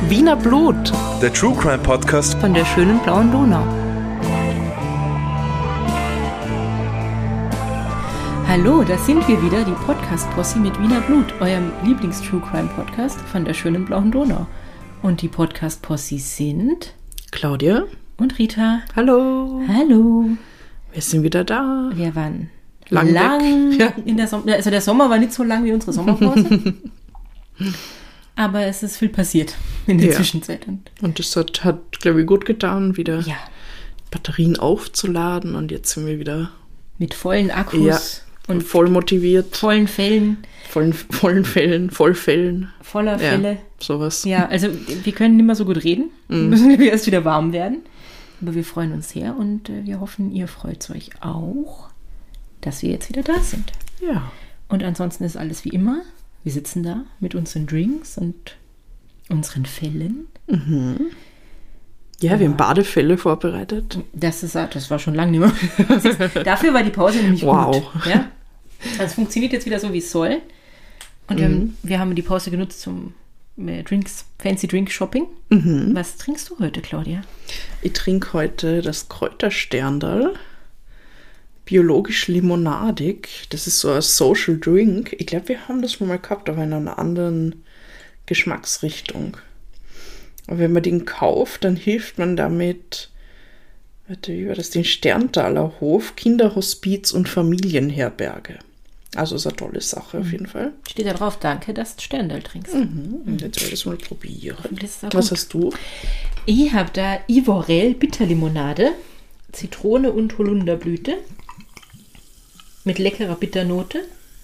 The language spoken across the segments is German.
Wiener Blut, der True Crime Podcast von der schönen blauen Donau. Hallo, da sind wir wieder, die Podcast-Posse mit Wiener Blut, eurem Lieblings-True Crime Podcast von der schönen blauen Donau. Und die Podcast-Posse sind Claudia und Rita. Hallo. Hallo. Wir sind wieder da. Wir waren lang ja. In der Sommer. Also der Sommer war nicht so lang wie unsere Sommerpause. Aber es ist viel passiert in der Zwischenzeit. Und das hat glaube ich, gut getan, wieder Batterien aufzuladen. Und jetzt sind wir wieder mit vollen Akkus und voll motiviert. Vollen Fällen. Voller Fälle. Sowas. Ja, also wir können nicht mehr so gut reden. Wir müssen erst wieder warm werden. Aber wir freuen uns sehr und wir hoffen, ihr freut euch auch, dass wir jetzt wieder da sind. Ja. Und ansonsten ist alles wie immer. Wir sitzen da mit unseren Drinks und unseren Fällen. Mhm. Ja, wir haben Badefälle vorbereitet. Das war schon lange nicht mehr. Dafür war die Pause nämlich gut. Ja? Also es funktioniert jetzt wieder so, wie es soll. Und wir haben die Pause genutzt zum Fancy Drink Shopping. Mhm. Was trinkst du heute, Claudia? Ich trinke heute das Kräutersterndal. Biologisch limonadig. Das ist so ein Social Drink. Ich glaube, wir haben das schon mal gehabt, aber in einer anderen Geschmacksrichtung. Und wenn man den kauft, dann hilft man damit, wie war das, den Sterntaler Hof, Kinderhospiz und Familienherberge. Also ist eine tolle Sache auf jeden Fall. Steht da drauf, danke, dass du Sterndal trinkst. Und jetzt werde ich das mal probieren. Was hast du? Ich habe da Ivorel Bitterlimonade, Zitrone und Holunderblüte mit leckerer Bitternote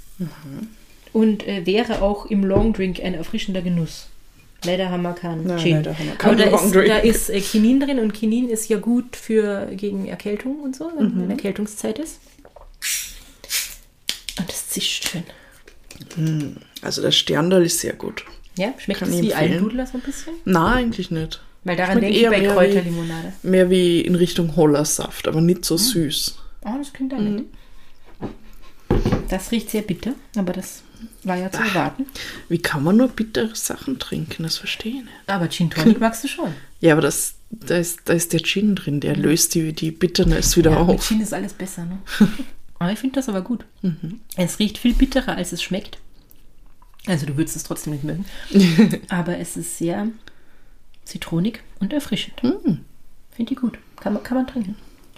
und wäre auch im Longdrink ein erfrischender Genuss. Leider haben wir keinen Gin. Aber da ist Kinin drin und Kinin ist ja gut gegen Erkältung und so, wenn Erkältungszeit ist. Und das zischt schön. Also das Sterndal ist sehr gut. Ja, schmeckt es wie Almdudler so ein bisschen? Nein, eigentlich nicht. Weil daran denke ich bei Kräuterlimonade. Mehr wie in Richtung Hollersaft, aber nicht so süß. Oh, das klingt da nicht. Das riecht sehr bitter, aber das war ja zu erwarten. Wie kann man nur bittere Sachen trinken? Das verstehe ich nicht. Aber Gin Tonic magst du schon. Ja, aber da ist der Gin drin, der löst die Bitterness wieder auf. Mit Gin ist alles besser, ne? Aber ich finde das aber gut. Es riecht viel bitterer, als es schmeckt. Also du würdest es trotzdem nicht mögen. Aber es ist sehr zitronig und erfrischend. Finde ich gut. Kann man trinken.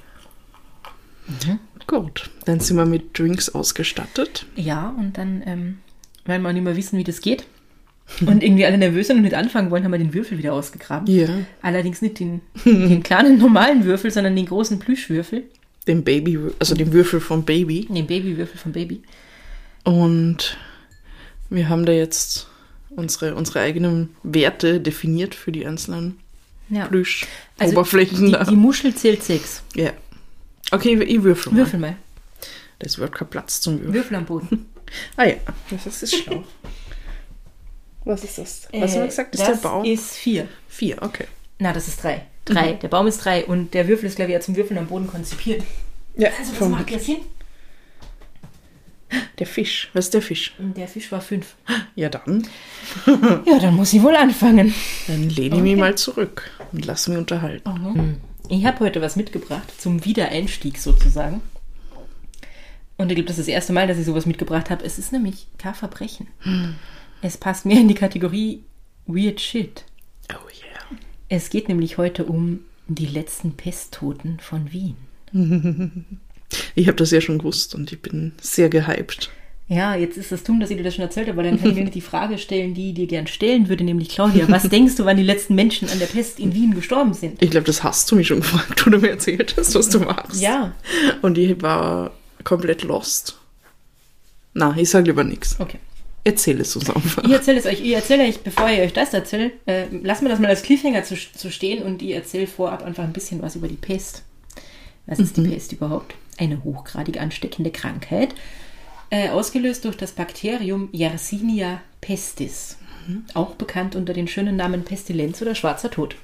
Gut, dann sind wir mit Drinks ausgestattet. Ja, und dann, weil wir nicht mehr wissen, wie das geht und irgendwie alle nervös sind und nicht anfangen wollen, haben wir den Würfel wieder ausgegraben. Ja. Allerdings nicht den kleinen normalen Würfel, sondern den großen Plüschwürfel. Den Würfel vom Baby. Den Babywürfel vom Baby. Und wir haben da jetzt unsere eigenen Werte definiert für die einzelnen Plüsch-Oberflächen. Also die Muschel zählt 6. Ja. Okay, ich würfel mal. Würfel mal. Das wird kein Platz zum Würfeln. Würfel am Boden. Ah ja, das ist schlau. Was ist das? Was haben wir gesagt? Ist der Baum? Das ist 4. 4, okay. Na, das ist 3. 3. Der Baum ist 3 und der Würfel ist, glaube ich, ja zum Würfeln am Boden konzipiert. Ja, also was macht der Sinn? Der Fisch. Was ist der Fisch? Der Fisch war 5. Ja, dann. Ja, dann muss ich wohl anfangen. Dann lehne ich mich mal zurück und lass mich unterhalten. Ich habe heute was mitgebracht zum Wiedereinstieg sozusagen. Und ich glaube, das ist das erste Mal, dass ich sowas mitgebracht habe. Es ist nämlich kein Verbrechen. Es passt mehr in die Kategorie Weird Shit. Oh yeah. Es geht nämlich heute um die letzten Pesttoten von Wien. Ich habe das ja schon gewusst und ich bin sehr gehypt. Ja, jetzt ist das dumm, dass ich dir das schon erzählt habe, weil dann kann ich dir nicht die Frage stellen, die ich dir gern stellen würde, nämlich Claudia, was denkst du, wann die letzten Menschen an der Pest in Wien gestorben sind? Ich glaube, das hast du mich schon gefragt, wo du mir erzählt hast, was du machst. Ja. Und ich war komplett lost. Na, ich sage lieber nichts. Okay. Erzähl es uns einfach. Ich erzähle euch, bevor ich euch das erzähle, lassen wir das mal als Cliffhanger zu stehen und ich erzähle vorab einfach ein bisschen was über die Pest. Was ist die Pest überhaupt? Eine hochgradig ansteckende Krankheit, ausgelöst durch das Bakterium Yersinia pestis, auch bekannt unter den schönen Namen Pestilenz oder Schwarzer Tod.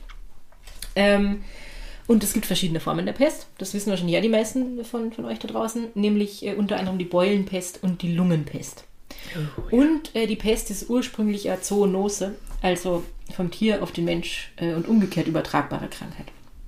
Und es gibt verschiedene Formen der Pest, das wissen wahrscheinlich ja die meisten von euch da draußen, nämlich unter anderem die Beulenpest und die Lungenpest. Und die Pest ist ursprünglich eine Zoonose, also vom Tier auf den Mensch und umgekehrt übertragbare Krankheit.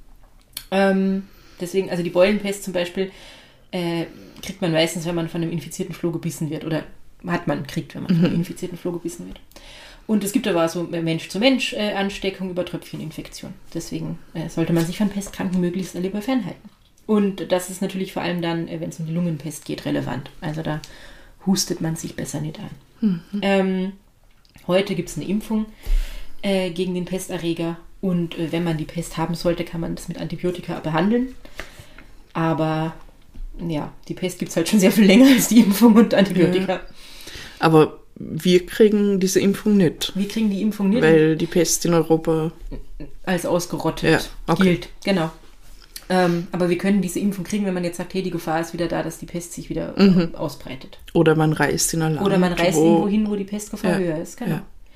Deswegen, also die Beulenpest zum Beispiel kriegt man meistens, wenn man von einem infizierten Floh gebissen wird. Oder kriegt, wenn man von einem infizierten Floh gebissen wird. Und es gibt aber so Mensch-zu-Mensch-Ansteckung über Tröpfcheninfektion. Deswegen sollte man sich von Pestkranken möglichst lieber fernhalten. Und das ist natürlich vor allem dann, wenn es um die Lungenpest geht, relevant. Also da hustet man sich besser nicht an. Heute gibt es eine Impfung gegen den Pesterreger. Und wenn man die Pest haben sollte, kann man das mit Antibiotika behandeln. Aber ja, die Pest gibt es halt schon sehr viel länger als die Impfung und Antibiotika. Ja. Aber wir kriegen diese Impfung nicht. Wir kriegen die Impfung nicht. Weil die Pest in Europa als ausgerottet gilt. Genau. Aber wir können diese Impfung kriegen, wenn man jetzt sagt, hey, die Gefahr ist wieder da, dass die Pest sich wieder ausbreitet. Oder man reist in ein Land. Oder man reist irgendwo hin, wo die Pestgefahr höher ist. Genau.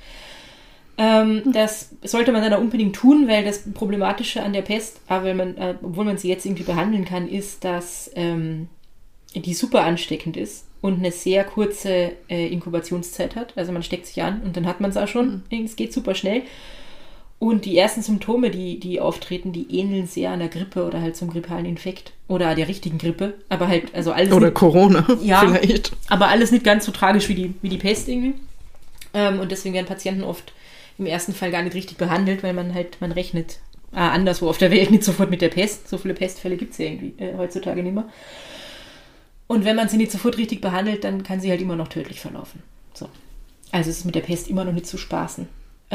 Ja. Das sollte man dann auch unbedingt tun, weil das Problematische an der Pest, obwohl man sie jetzt irgendwie behandeln kann, ist, dass die super ansteckend ist und eine sehr kurze Inkubationszeit hat. Also man steckt sich an und dann hat man es auch schon. Es geht super schnell. Und die ersten Symptome, die auftreten, die ähneln sehr einer Grippe oder halt zum grippalen Infekt oder der richtigen Grippe. Aber halt, also alles. Oder nicht, Corona, vielleicht. Aber alles nicht ganz so tragisch wie die Pest irgendwie. Und deswegen werden Patienten oft im ersten Fall gar nicht richtig behandelt, weil man rechnet anderswo auf der Welt nicht sofort mit der Pest. So viele Pestfälle gibt es ja irgendwie heutzutage nicht mehr. Und wenn man sie nicht sofort richtig behandelt, dann kann sie halt immer noch tödlich verlaufen. So. Also es ist mit der Pest immer noch nicht zu spaßen.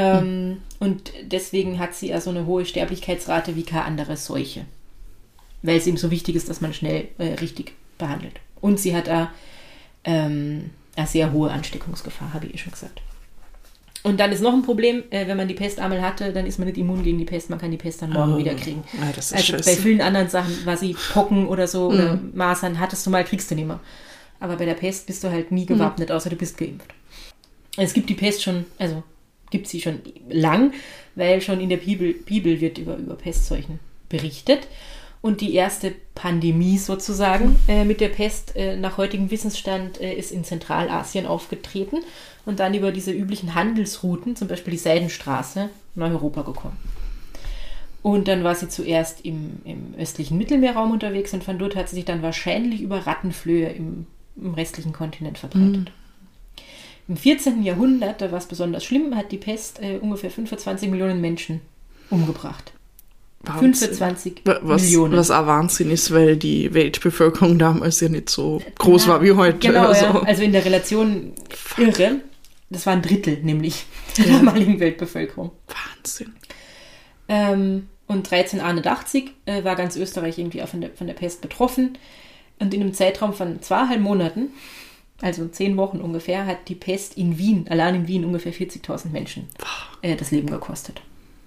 Und deswegen hat sie ja so eine hohe Sterblichkeitsrate wie keine andere Seuche. Weil es eben so wichtig ist, dass man schnell richtig behandelt. Und sie hat eine sehr hohe Ansteckungsgefahr, habe ich schon gesagt. Und dann ist noch ein Problem, wenn man die Pest einmal hatte, dann ist man nicht immun gegen die Pest, man kann die Pest dann morgen wieder kriegen. Ja, das ist also scheiße. Bei vielen anderen Sachen, was sie Pocken oder so oder Masern hattest du mal, kriegst du nicht mehr. Aber bei der Pest bist du halt nie gewappnet, außer du bist geimpft. Es gibt die Pest schon, also gibt sie schon lang, weil schon in der Bibel wird über Pestseuchen berichtet. Und die erste Pandemie sozusagen mit der Pest nach heutigem Wissensstand ist in Zentralasien aufgetreten und dann über diese üblichen Handelsrouten, zum Beispiel die Seidenstraße, nach Europa gekommen. Und dann war sie zuerst im östlichen Mittelmeerraum unterwegs und von dort hat sie sich dann wahrscheinlich über Rattenflöhe im restlichen Kontinent verbreitet. Im 14. Jahrhundert, da war es besonders schlimm, hat die Pest ungefähr 25 Millionen Menschen umgebracht. Wahnsinn. 25 Millionen. Was auch Wahnsinn ist, weil die Weltbevölkerung damals ja nicht so groß war wie heute. Genau, also in der Relation irre. Das war ein Drittel nämlich der damaligen Weltbevölkerung. Wahnsinn. Und 1381 war ganz Österreich irgendwie auch von der Pest betroffen. Und in einem Zeitraum von 2,5 Monaten, also 10 Wochen ungefähr, hat die Pest in Wien, allein in Wien, ungefähr 40.000 Menschen das Leben gekostet.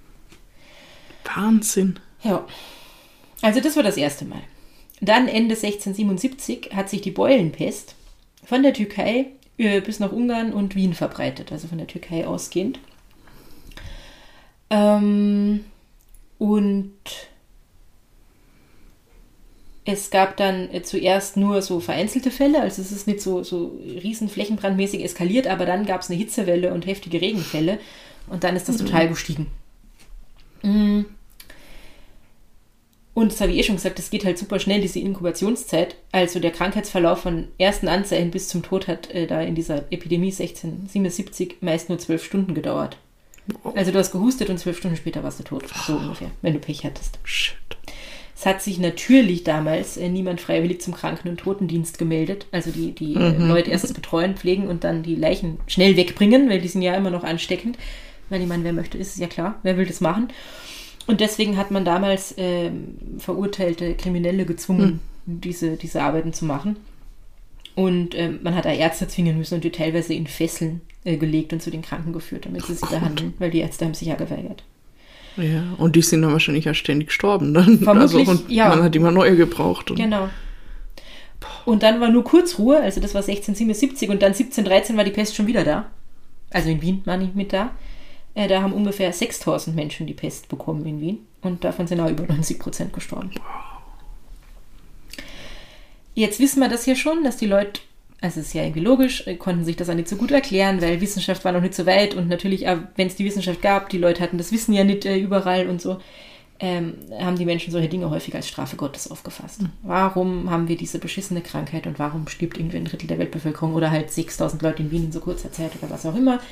Wahnsinn. Ja, also das war das erste Mal. Dann Ende 1677 hat sich die Beulenpest von der Türkei bis nach Ungarn und Wien verbreitet, also von der Türkei ausgehend. Und es gab dann zuerst nur so vereinzelte Fälle, also es ist nicht so riesen flächenbrandmäßig eskaliert, aber dann gab es eine Hitzewelle und heftige Regenfälle und dann ist das total gestiegen. Und das habe ich schon gesagt, das geht halt super schnell, diese Inkubationszeit. Also der Krankheitsverlauf von ersten Anzeichen bis zum Tod hat da in dieser Epidemie 1677 meist nur 12 Stunden gedauert. Also du hast gehustet und 12 Stunden später warst du tot, so ungefähr, wenn du Pech hattest. Shit. Es hat sich natürlich damals niemand freiwillig zum Kranken- und Totendienst gemeldet. Also die Leute erst betreuen, pflegen und dann die Leichen schnell wegbringen, weil die sind ja immer noch ansteckend. Weil ich meine, wer möchte, ist es ja klar, wer will das machen. Und deswegen hat man damals verurteilte Kriminelle gezwungen, diese Arbeiten zu machen. Und man hat da Ärzte zwingen müssen und die teilweise in Fesseln gelegt und zu den Kranken geführt, damit sie sich behandeln, weil die Ärzte haben sich ja geweigert. Ja, und die sind dann wahrscheinlich ja ständig gestorben. Dann. Vermutlich, und ja. Man hat immer neue gebraucht. Und genau. Und dann war nur Kurzruhe, also das war 1677 und dann 1713 war die Pest schon wieder da. Also in Wien war nicht mit da. Da haben ungefähr 6.000 Menschen die Pest bekommen in Wien und davon sind auch über 90% gestorben. Jetzt wissen wir das ja schon, dass die Leute Also es ist ja irgendwie logisch, konnten sich das auch nicht so gut erklären, weil Wissenschaft war noch nicht so weit und natürlich, wenn es die Wissenschaft gab, die Leute hatten das Wissen ja nicht überall und so, haben die Menschen solche Dinge häufig als Strafe Gottes aufgefasst. Warum haben wir diese beschissene Krankheit und warum stirbt irgendwie ein Drittel der Weltbevölkerung oder halt 6.000 Leute in Wien in so kurzer Zeit oder was auch immer.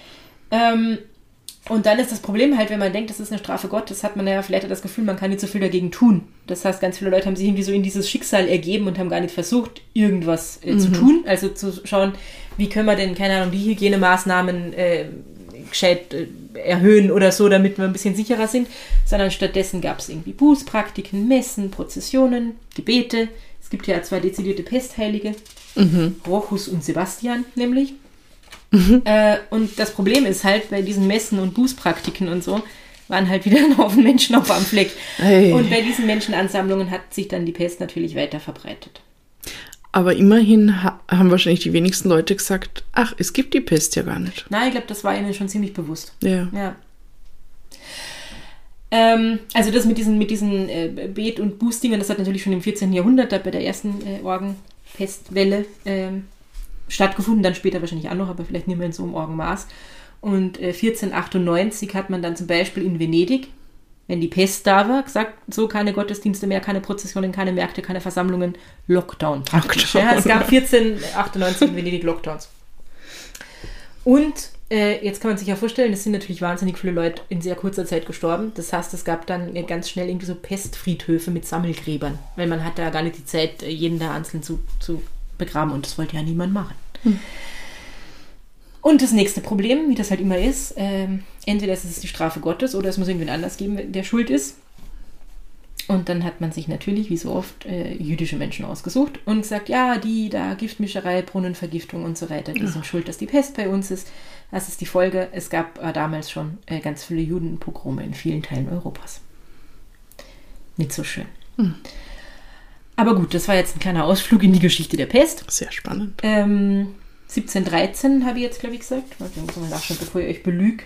Und dann ist das Problem halt, wenn man denkt, das ist eine Strafe Gottes, hat man ja vielleicht das Gefühl, man kann nicht so viel dagegen tun. Das heißt, ganz viele Leute haben sich irgendwie so in dieses Schicksal ergeben und haben gar nicht versucht, irgendwas zu tun. Also zu schauen, wie können wir denn, keine Ahnung, die Hygienemaßnahmen gescheit erhöhen oder so, damit wir ein bisschen sicherer sind. Sondern stattdessen gab es irgendwie Bußpraktiken, Messen, Prozessionen, Gebete. Es gibt ja 2 dezidierte Pestheilige, Rochus und Sebastian nämlich. Und das Problem ist halt, bei diesen Messen und Bußpraktiken und so, waren halt wieder ein Haufen Menschen auf am Fleck. Hey. Und bei diesen Menschenansammlungen hat sich dann die Pest natürlich weiter verbreitet. Aber immerhin haben wahrscheinlich die wenigsten Leute gesagt, ach, es gibt die Pest ja gar nicht. Nein, ich glaube, das war ihnen schon ziemlich bewusst. Ja. Also das mit diesen Bet- und Bußdingen, das hat natürlich schon im 14. Jahrhundert, da bei der ersten Orgenpestwelle stattgefunden, dann später wahrscheinlich auch noch, aber vielleicht nicht mehr in so einem Orgenmaß. Und 1498 hat man dann zum Beispiel in Venedig, wenn die Pest da war, gesagt, so keine Gottesdienste mehr, keine Prozessionen, keine Märkte, keine Versammlungen, Lockdown. Ja, es gab 1498 in Venedig Lockdowns. Und jetzt kann man sich ja vorstellen, es sind natürlich wahnsinnig viele Leute in sehr kurzer Zeit gestorben. Das heißt, es gab dann ganz schnell irgendwie so Pestfriedhöfe mit Sammelgräbern, weil man hatte ja gar nicht die Zeit, jeden da einzeln zu begraben und das wollte ja niemand machen. Und das nächste Problem, wie das halt immer ist, entweder ist es die Strafe Gottes oder es muss irgendwen anders geben, der schuld ist. Und dann hat man sich natürlich, wie so oft, jüdische Menschen ausgesucht und gesagt, ja, die da Giftmischerei, Brunnenvergiftung und so weiter, die sind schuld, dass die Pest bei uns ist. Das ist die Folge. Es gab damals schon ganz viele Judenpogrome in vielen Teilen Europas. Nicht so schön. Aber gut, das war jetzt ein kleiner Ausflug in die Geschichte der Pest. Sehr spannend. 1713 habe ich jetzt, glaube ich, gesagt. Ich muss mal nachschauen, bevor ich euch belüge.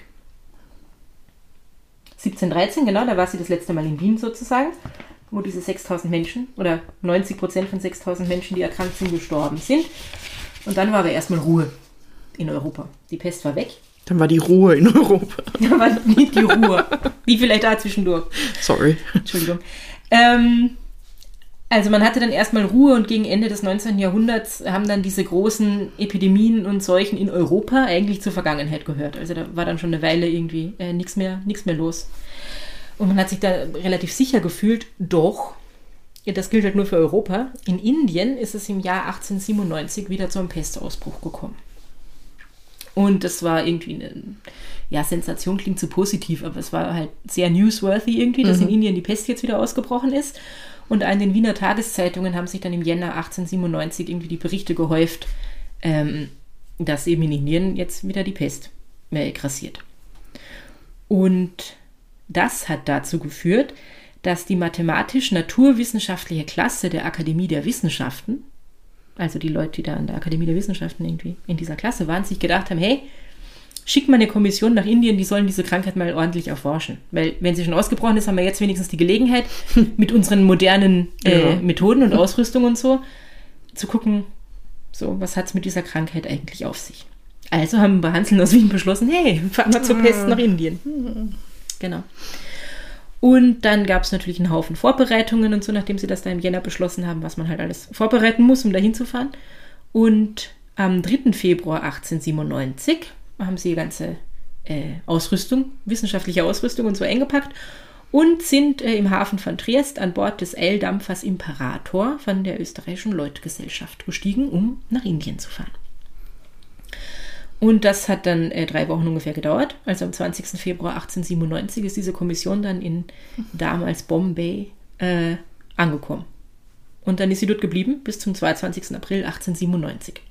1713, genau, da war sie das letzte Mal in Wien sozusagen, wo diese 6.000 Menschen oder 90% von 6.000 Menschen, die erkrankt sind, gestorben sind. Und dann war aber erstmal Ruhe in Europa. Die Pest war weg. Dann war die Ruhe in Europa. Da war nicht die Ruhe. Die vielleicht da zwischendurch. Sorry. Entschuldigung. Also man hatte dann erstmal Ruhe und gegen Ende des 19. Jahrhunderts haben dann diese großen Epidemien und Seuchen in Europa eigentlich zur Vergangenheit gehört. Also da war dann schon eine Weile irgendwie nichts mehr los. Und man hat sich da relativ sicher gefühlt, doch, das gilt halt nur für Europa, in Indien ist es im Jahr 1897 wieder zu einem Pestausbruch gekommen. Und das war irgendwie eine Sensation, klingt zu positiv, aber es war halt sehr newsworthy irgendwie, dass in Indien die Pest jetzt wieder ausgebrochen ist. Und an den Wiener Tageszeitungen haben sich dann im Jänner 1897 irgendwie die Berichte gehäuft, dass eben in Indien jetzt wieder die Pest grassiert. Und das hat dazu geführt, dass die mathematisch-naturwissenschaftliche Klasse der Akademie der Wissenschaften, also die Leute, die da an der Akademie der Wissenschaften irgendwie in dieser Klasse waren, sich gedacht haben, hey, schickt mal eine Kommission nach Indien, die sollen diese Krankheit mal ordentlich erforschen. Weil wenn sie schon ausgebrochen ist, haben wir jetzt wenigstens die Gelegenheit, mit unseren modernen Methoden und Ausrüstung und so, zu gucken, so, was hat es mit dieser Krankheit eigentlich auf sich. Also haben wir Hanseln aus Wien beschlossen, hey, fahren wir zur Pest nach Indien. Genau. Und dann gab es natürlich einen Haufen Vorbereitungen und so, nachdem sie das da im Jänner beschlossen haben, was man halt alles vorbereiten muss, um da hinzufahren. Und am 3. Februar 1897 haben sie die ganze Ausrüstung, wissenschaftliche Ausrüstung und so eingepackt und sind im Hafen von Triest an Bord des Eildampfers Imperator von der österreichischen Lloyd-Gesellschaft gestiegen, um nach Indien zu fahren. Und das hat dann 3 Wochen ungefähr gedauert. Also am 20. Februar 1897 ist diese Kommission dann in damals Bombay angekommen. Und dann ist sie dort geblieben bis zum 22. April 1897.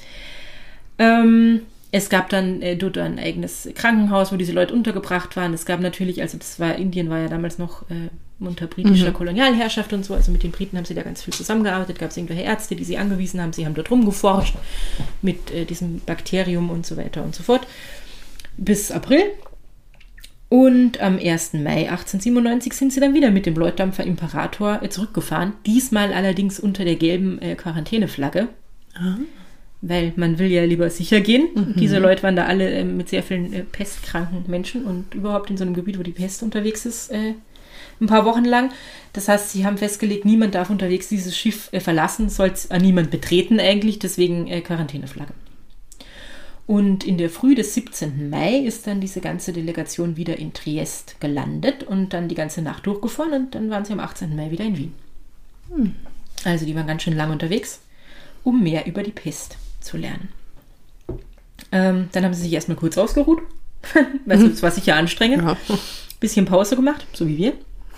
Es gab dann dort ein eigenes Krankenhaus, wo diese Leute untergebracht waren. Es gab natürlich, also Indien war ja damals noch unter britischer Kolonialherrschaft und so, also mit den Briten haben sie da ganz viel zusammengearbeitet, gab es irgendwelche Ärzte, die sie angewiesen haben, sie haben dort rumgeforscht mit diesem Bakterium und so weiter und so fort, bis April. Und am 1. Mai 1897 sind sie dann wieder mit dem Lloyd-Dampfer Imperator zurückgefahren, diesmal allerdings unter der gelben Quarantäneflagge. weil man will ja lieber sicher gehen. Diese Leute waren da alle mit sehr vielen pestkranken Menschen und überhaupt in so einem Gebiet, wo die Pest unterwegs ist, ein paar Wochen lang. Das heißt, sie haben festgelegt, niemand darf unterwegs dieses Schiff verlassen, soll es niemand betreten eigentlich, deswegen Quarantäneflagge. Und in der Früh des 17. Mai ist dann diese ganze Delegation wieder in Triest gelandet und dann die ganze Nacht durchgefahren und dann waren sie am 18. Mai wieder in Wien. Also die waren ganz schön lang unterwegs, um mehr über die Pest zu lernen. Dann haben sie sich erstmal kurz ausgeruht. Also es war sicher anstrengend. Ja. Bisschen Pause gemacht, so wie wir.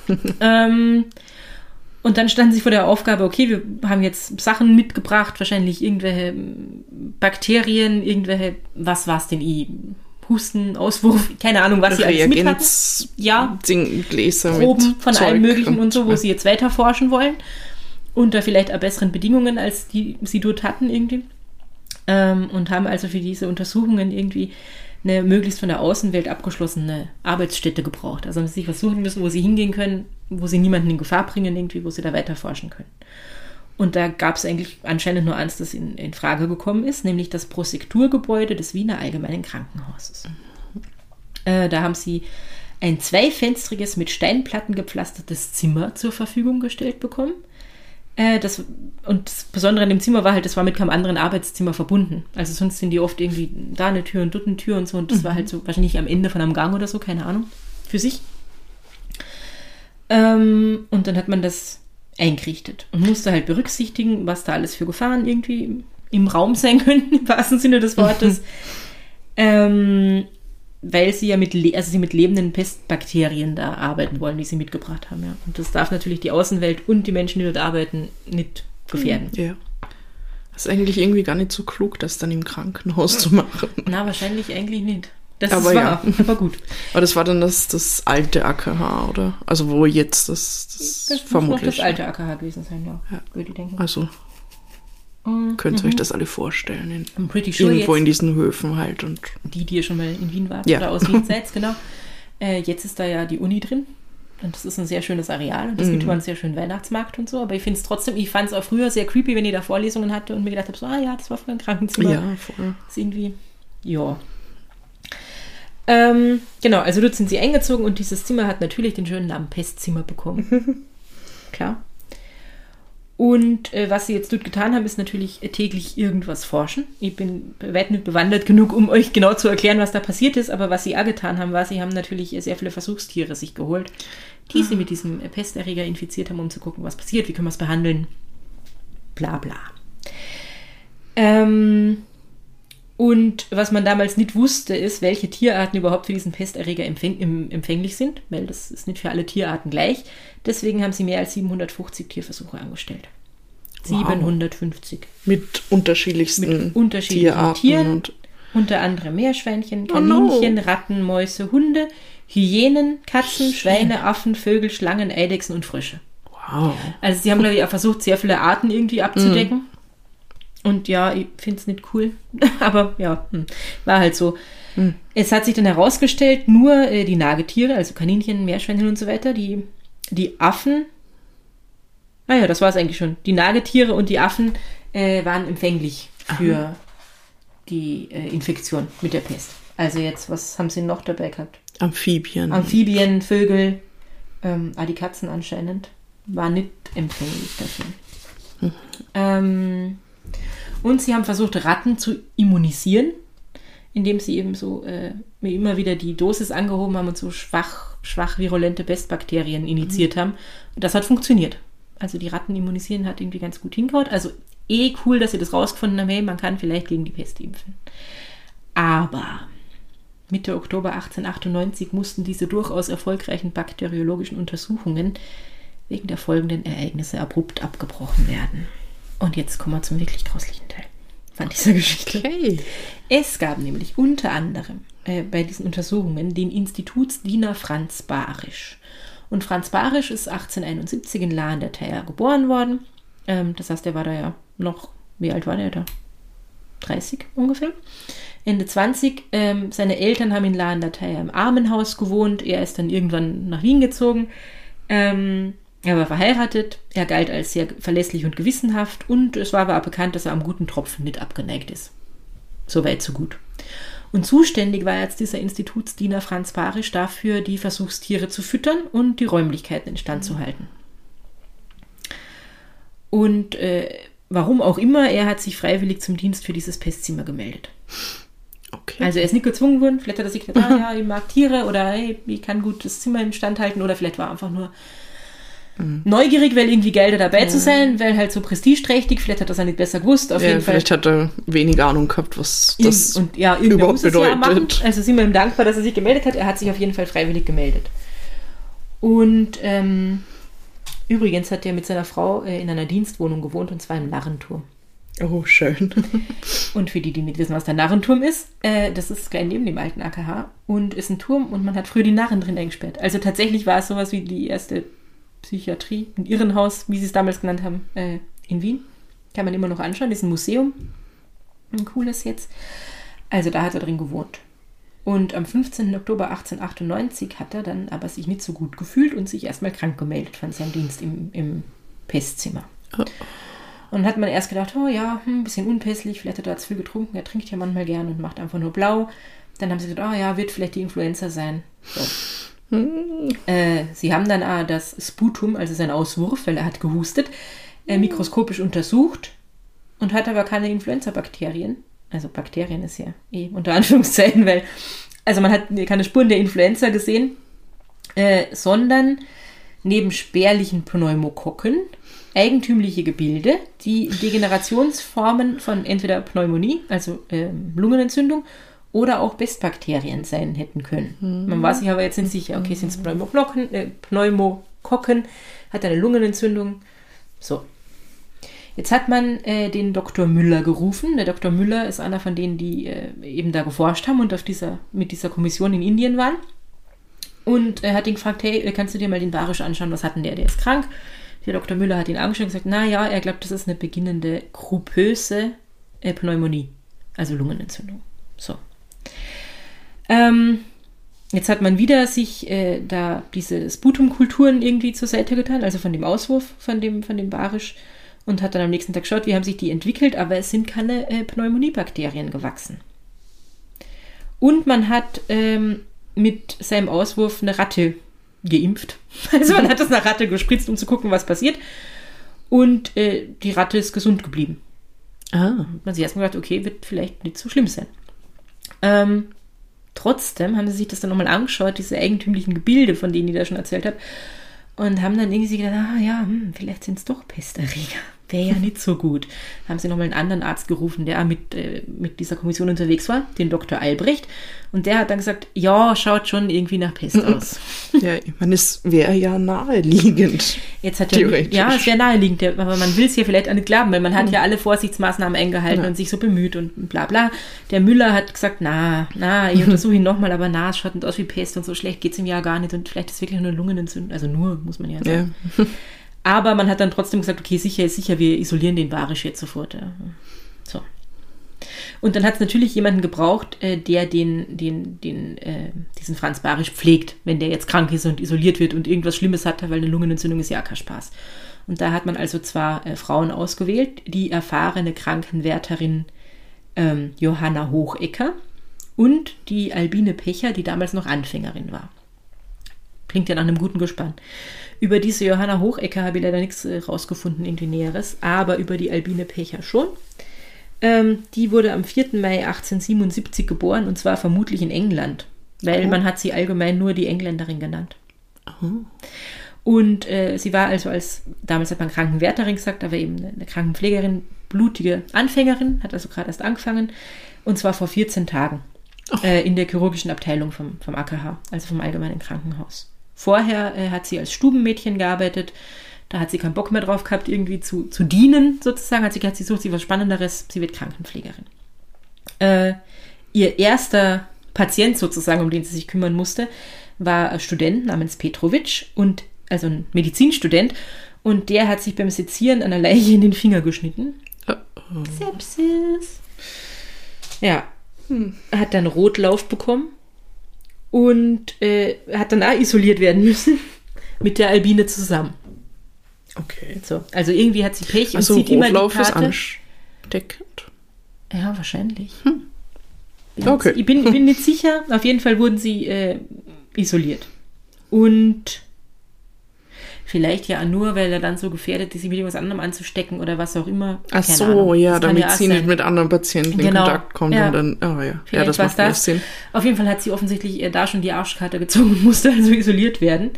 Und dann standen sie vor der Aufgabe, okay, wir haben jetzt Sachen mitgebracht, wahrscheinlich irgendwelche Bakterien, irgendwelche, was war es denn, Husten, Auswurf, keine Ahnung, was sie alles mit hatten. Ja, Gläser Proben mit von Zeug allem Möglichen und so, wo sie jetzt weiter forschen wollen. Unter vielleicht auch besseren Bedingungen, als die sie dort hatten irgendwie. Und haben also für diese Untersuchungen irgendwie eine möglichst von der Außenwelt abgeschlossene Arbeitsstätte gebraucht. Also haben sie sich was suchen müssen, wo sie hingehen können, wo sie niemanden in Gefahr bringen, irgendwie, wo sie da weiter forschen können. Und da gab es eigentlich anscheinend nur eins, das in Frage gekommen ist, nämlich das Prosekturgebäude des Wiener Allgemeinen Krankenhauses. Da haben sie ein zweifenstriges, mit Steinplatten gepflastertes Zimmer zur Verfügung gestellt bekommen. Und das Besondere an dem Zimmer war halt, das war mit keinem anderen Arbeitszimmer verbunden. Also sonst sind die oft irgendwie da eine Tür und dort eine Tür und so. Und das war halt so wahrscheinlich am Ende von einem Gang oder so, keine Ahnung, für sich. Und dann hat man das eingerichtet und musste halt berücksichtigen, was da alles für Gefahren irgendwie im Raum sein können, im wahrsten Sinne des Wortes. Weil sie ja mit lebenden Pestbakterien da arbeiten wollen, die sie mitgebracht haben. Ja. Und das darf natürlich die Außenwelt und die Menschen, die dort arbeiten, nicht gefährden. Ja. Das ist eigentlich irgendwie gar nicht so klug, das dann im Krankenhaus zu machen. Na, wahrscheinlich eigentlich nicht. Das aber ist wahr, ja. Aber gut. Aber das war dann das alte AKH, oder? Also wo jetzt das vermutlich... muss noch das alte AKH gewesen sein, ja. Würde ich denken. Also könnt ihr euch das alle vorstellen? Sure irgendwo jetzt, in diesen Höfen halt. Und die ihr schon mal in Wien wart ja. Oder aus Wien seid, genau. Jetzt ist da ja die Uni drin. Und das ist ein sehr schönes Areal. Und es gibt immer einen sehr schönen Weihnachtsmarkt und so. Aber ich finde es trotzdem, ich fand es auch früher sehr creepy, wenn ich da Vorlesungen hatte und mir gedacht habe, so, ja, das war früher ein Krankenzimmer. Ja, voll. Das ist irgendwie, ja. Genau, also dort sind sie eingezogen und dieses Zimmer hat natürlich den schönen Namen Pestzimmer bekommen. Klar. Und was sie jetzt dort getan haben, ist natürlich täglich irgendwas forschen. Ich bin weit nicht bewandert genug, um euch genau zu erklären, was da passiert ist. Aber was sie auch getan haben, war, sie haben natürlich sehr viele Versuchstiere sich geholt, die sie mit diesem Pesterreger infiziert haben, um zu gucken, was passiert, wie können wir es behandeln, bla bla. Und was man damals nicht wusste, ist, welche Tierarten überhaupt für diesen Pesterreger empfänglich sind, weil das ist nicht für alle Tierarten gleich. Deswegen haben sie mehr als 750 Tierversuche angestellt. Wow. 750. Mit unterschiedlichsten Tierarten. Tieren, und unter anderem Meerschweinchen, Kaninchen, Ratten, Mäuse, Hunde, Hyänen, Katzen, Schweine, Affen, Vögel, Schlangen, Eidechsen und Frösche. Wow. Also sie haben, glaube ich, auch versucht, sehr viele Arten irgendwie abzudecken. Und ja, ich finde es nicht cool, aber ja, war halt so. Es hat sich dann herausgestellt, nur die Nagetiere, also Kaninchen, Meerschweinchen und so weiter, die Affen, naja, das war es eigentlich schon, die Nagetiere und die Affen waren empfänglich für die Infektion mit der Pest. Also jetzt, was haben sie noch dabei gehabt? Amphibien, Vögel, die Katzen anscheinend, waren nicht empfänglich dafür. Und sie haben versucht, Ratten zu immunisieren, indem sie eben so immer wieder die Dosis angehoben haben und so schwach virulente Pestbakterien injiziert haben. Und das hat funktioniert. Also die Ratten immunisieren hat irgendwie ganz gut hingehauen. Also cool, dass sie das rausgefunden haben, hey, man kann vielleicht gegen die Pest impfen. Aber Mitte Oktober 1898 mussten diese durchaus erfolgreichen bakteriologischen Untersuchungen wegen der folgenden Ereignisse abrupt abgebrochen werden. Und jetzt kommen wir zum wirklich grauslichen Teil von dieser Geschichte. Okay. Es gab nämlich unter anderem bei diesen Untersuchungen den Institutsdiener Franz Barisch. Und Franz Barisch ist 1871 in La an der Thaya geboren worden. Das heißt, er war da ja noch, wie alt war der da? 30 ungefähr. Ende 20. Seine Eltern haben in La an der Thaya im Armenhaus gewohnt. Er ist dann irgendwann nach Wien gezogen. Er Er war verheiratet, er galt als sehr verlässlich und gewissenhaft und es war aber auch bekannt, dass er am guten Tropfen nicht abgeneigt ist. Soweit, so gut. Und zuständig war jetzt dieser Institutsdiener Franz Barisch dafür, die Versuchstiere zu füttern und die Räumlichkeiten instand zu halten. Und warum auch immer, er hat sich freiwillig zum Dienst für dieses Pestzimmer gemeldet. Okay. Also er ist nicht gezwungen worden, vielleicht hat er sich gedacht, ja, ich mag Tiere oder hey, ich kann gut das Zimmer instand halten oder vielleicht war er einfach nur neugierig, weil irgendwie Gelder dabei zu sein, weil halt so prestigeträchtig, vielleicht hat er es auch nicht besser gewusst, auf jeden Fall. Vielleicht hat er wenig Ahnung gehabt, was das überhaupt bedeutet. Ja machen. Also sind wir ihm dankbar, dass er sich gemeldet hat. Er hat sich auf jeden Fall freiwillig gemeldet. Und übrigens hat er mit seiner Frau in einer Dienstwohnung gewohnt, und zwar im Narrenturm. Oh, schön. Und für die, die nicht wissen, was der Narrenturm ist, das ist gleich neben dem alten AKH und ist ein Turm und man hat früher die Narren drin eingesperrt. Also tatsächlich war es sowas wie die erste Psychiatrie, ein Irrenhaus, wie sie es damals genannt haben, in Wien. Kann man immer noch anschauen, das ist ein Museum. Ein cooles jetzt. Also da hat er drin gewohnt. Und am 15. Oktober 1898 hat er dann aber sich nicht so gut gefühlt und sich erstmal krank gemeldet von seinem Dienst im Pestzimmer. Oh. Und hat man erst gedacht, oh ja, ein bisschen unpässlich, vielleicht hat er zu viel getrunken, er trinkt ja manchmal gern und macht einfach nur blau. Dann haben sie gedacht, oh ja, wird vielleicht die Influenza sein. So. Sie haben dann das Sputum, also sein Auswurf, weil er hat gehustet, mikroskopisch untersucht und hat aber keine Influenza-Bakterien. Also Bakterien ist ja unter Anführungszeichen, weil also man hat keine Spuren der Influenza gesehen, sondern neben spärlichen Pneumokokken eigentümliche Gebilde, die Degenerationsformen von entweder Pneumonie, also Lungenentzündung, oder auch Pestbakterien sein hätten können. Man war sich aber jetzt nicht sicher, okay, sind es Pneumokokken, hat eine Lungenentzündung. So. Jetzt hat man den Dr. Müller gerufen. Der Dr. Müller ist einer von denen, die eben da geforscht haben und mit dieser Kommission in Indien waren. Und er hat ihn gefragt, hey, kannst du dir mal den Barisch anschauen, was hat denn der ist krank? Der Dr. Müller hat ihn angeschaut und gesagt, naja, er glaubt, das ist eine beginnende grupöse Pneumonie, also Lungenentzündung. So. Jetzt hat man wieder sich da diese Sputumkulturen irgendwie zur Seite getan, also von dem Auswurf von dem Barisch, und hat dann am nächsten Tag geschaut, wie haben sich die entwickelt, aber es sind keine Pneumoniebakterien gewachsen. Und man hat mit seinem Auswurf eine Ratte geimpft. Also man hat das einer Ratte gespritzt, um zu gucken, was passiert. Und die Ratte ist gesund geblieben. Man hat sich erstmal gedacht, okay, wird vielleicht nicht so schlimm sein. Trotzdem haben sie sich das dann nochmal angeschaut, diese eigentümlichen Gebilde, von denen ich da schon erzählt habe, und haben dann irgendwie gedacht, vielleicht sind es doch Pesterreger. Wäre ja nicht so gut. Haben sie nochmal einen anderen Arzt gerufen, der mit dieser Kommission unterwegs war, den Dr. Albrecht. Und der hat dann gesagt, ja, schaut schon irgendwie nach Pest aus. Ja, ich meine, es wäre ja naheliegend. Jetzt hat es wäre naheliegend, aber man will es ja vielleicht auch nicht glauben, weil man hat ja alle Vorsichtsmaßnahmen eingehalten und sich so bemüht und bla bla. Der Müller hat gesagt, ich untersuche ihn nochmal, aber es schaut nicht aus wie Pest und so schlecht geht es ihm ja gar nicht und vielleicht ist es wirklich nur Lungenentzündung, also nur, muss man ja sagen. Ja. Aber man hat dann trotzdem gesagt, okay, sicher ist sicher, wir isolieren den Barisch jetzt sofort. Ja. So. Und dann hat es natürlich jemanden gebraucht, der diesen Franz Barisch pflegt, wenn der jetzt krank ist und isoliert wird und irgendwas Schlimmes hat, weil eine Lungenentzündung ist ja kein Spaß. Und da hat man also zwar Frauen ausgewählt, die erfahrene Krankenwärterin Johanna Hochecker und die Albine Pecher, die damals noch Anfängerin war. Klingt ja nach einem guten Gespann. Über diese Johanna Hochecker habe ich leider nichts rausgefunden, irgendwie Näheres, aber über die Albine Pecher schon. Die wurde am 4. Mai 1877 geboren und zwar vermutlich in England, weil man hat sie allgemein nur die Engländerin genannt. Und sie war also damals hat man Krankenwärterin gesagt, aber eben eine Krankenpflegerin, blutige Anfängerin, hat also gerade erst angefangen und zwar vor 14 Tagen in der chirurgischen Abteilung vom AKH, also vom Allgemeinen Krankenhaus. Vorher hat sie als Stubenmädchen gearbeitet, da hat sie keinen Bock mehr drauf gehabt, irgendwie zu dienen, sozusagen. Hat sie gesagt, sie sucht sich was Spannenderes, sie wird Krankenpflegerin. Ihr erster Patient sozusagen, um den sie sich kümmern musste, war ein Student namens Petrovic, also ein Medizinstudent, und der hat sich beim Sezieren einer Leiche in den Finger geschnitten. Sepsis. Ja, hat dann Rotlauf bekommen und hat dann auch isoliert werden müssen mit der Albine zusammen. Okay. So, also irgendwie hat sie Pech Also und zieht immer die Rotlauf ist Karte. ansteckend. Ja, wahrscheinlich. Okay. Ich bin nicht sicher. Auf jeden Fall wurden sie isoliert. Und vielleicht ja nur, weil er dann so gefährdet ist, sich mit irgendwas anderem anzustecken oder was auch immer. Ach Keine so, Ahnung. ja, Das kann damit auch sie nicht sein. mit anderen Patienten in Genau. Kontakt kommt Ja. und dann, ja, Vielleicht das war's macht mehr Sinn. Auf jeden Fall hat sie offensichtlich da schon die Arschkarte gezogen und musste also isoliert werden.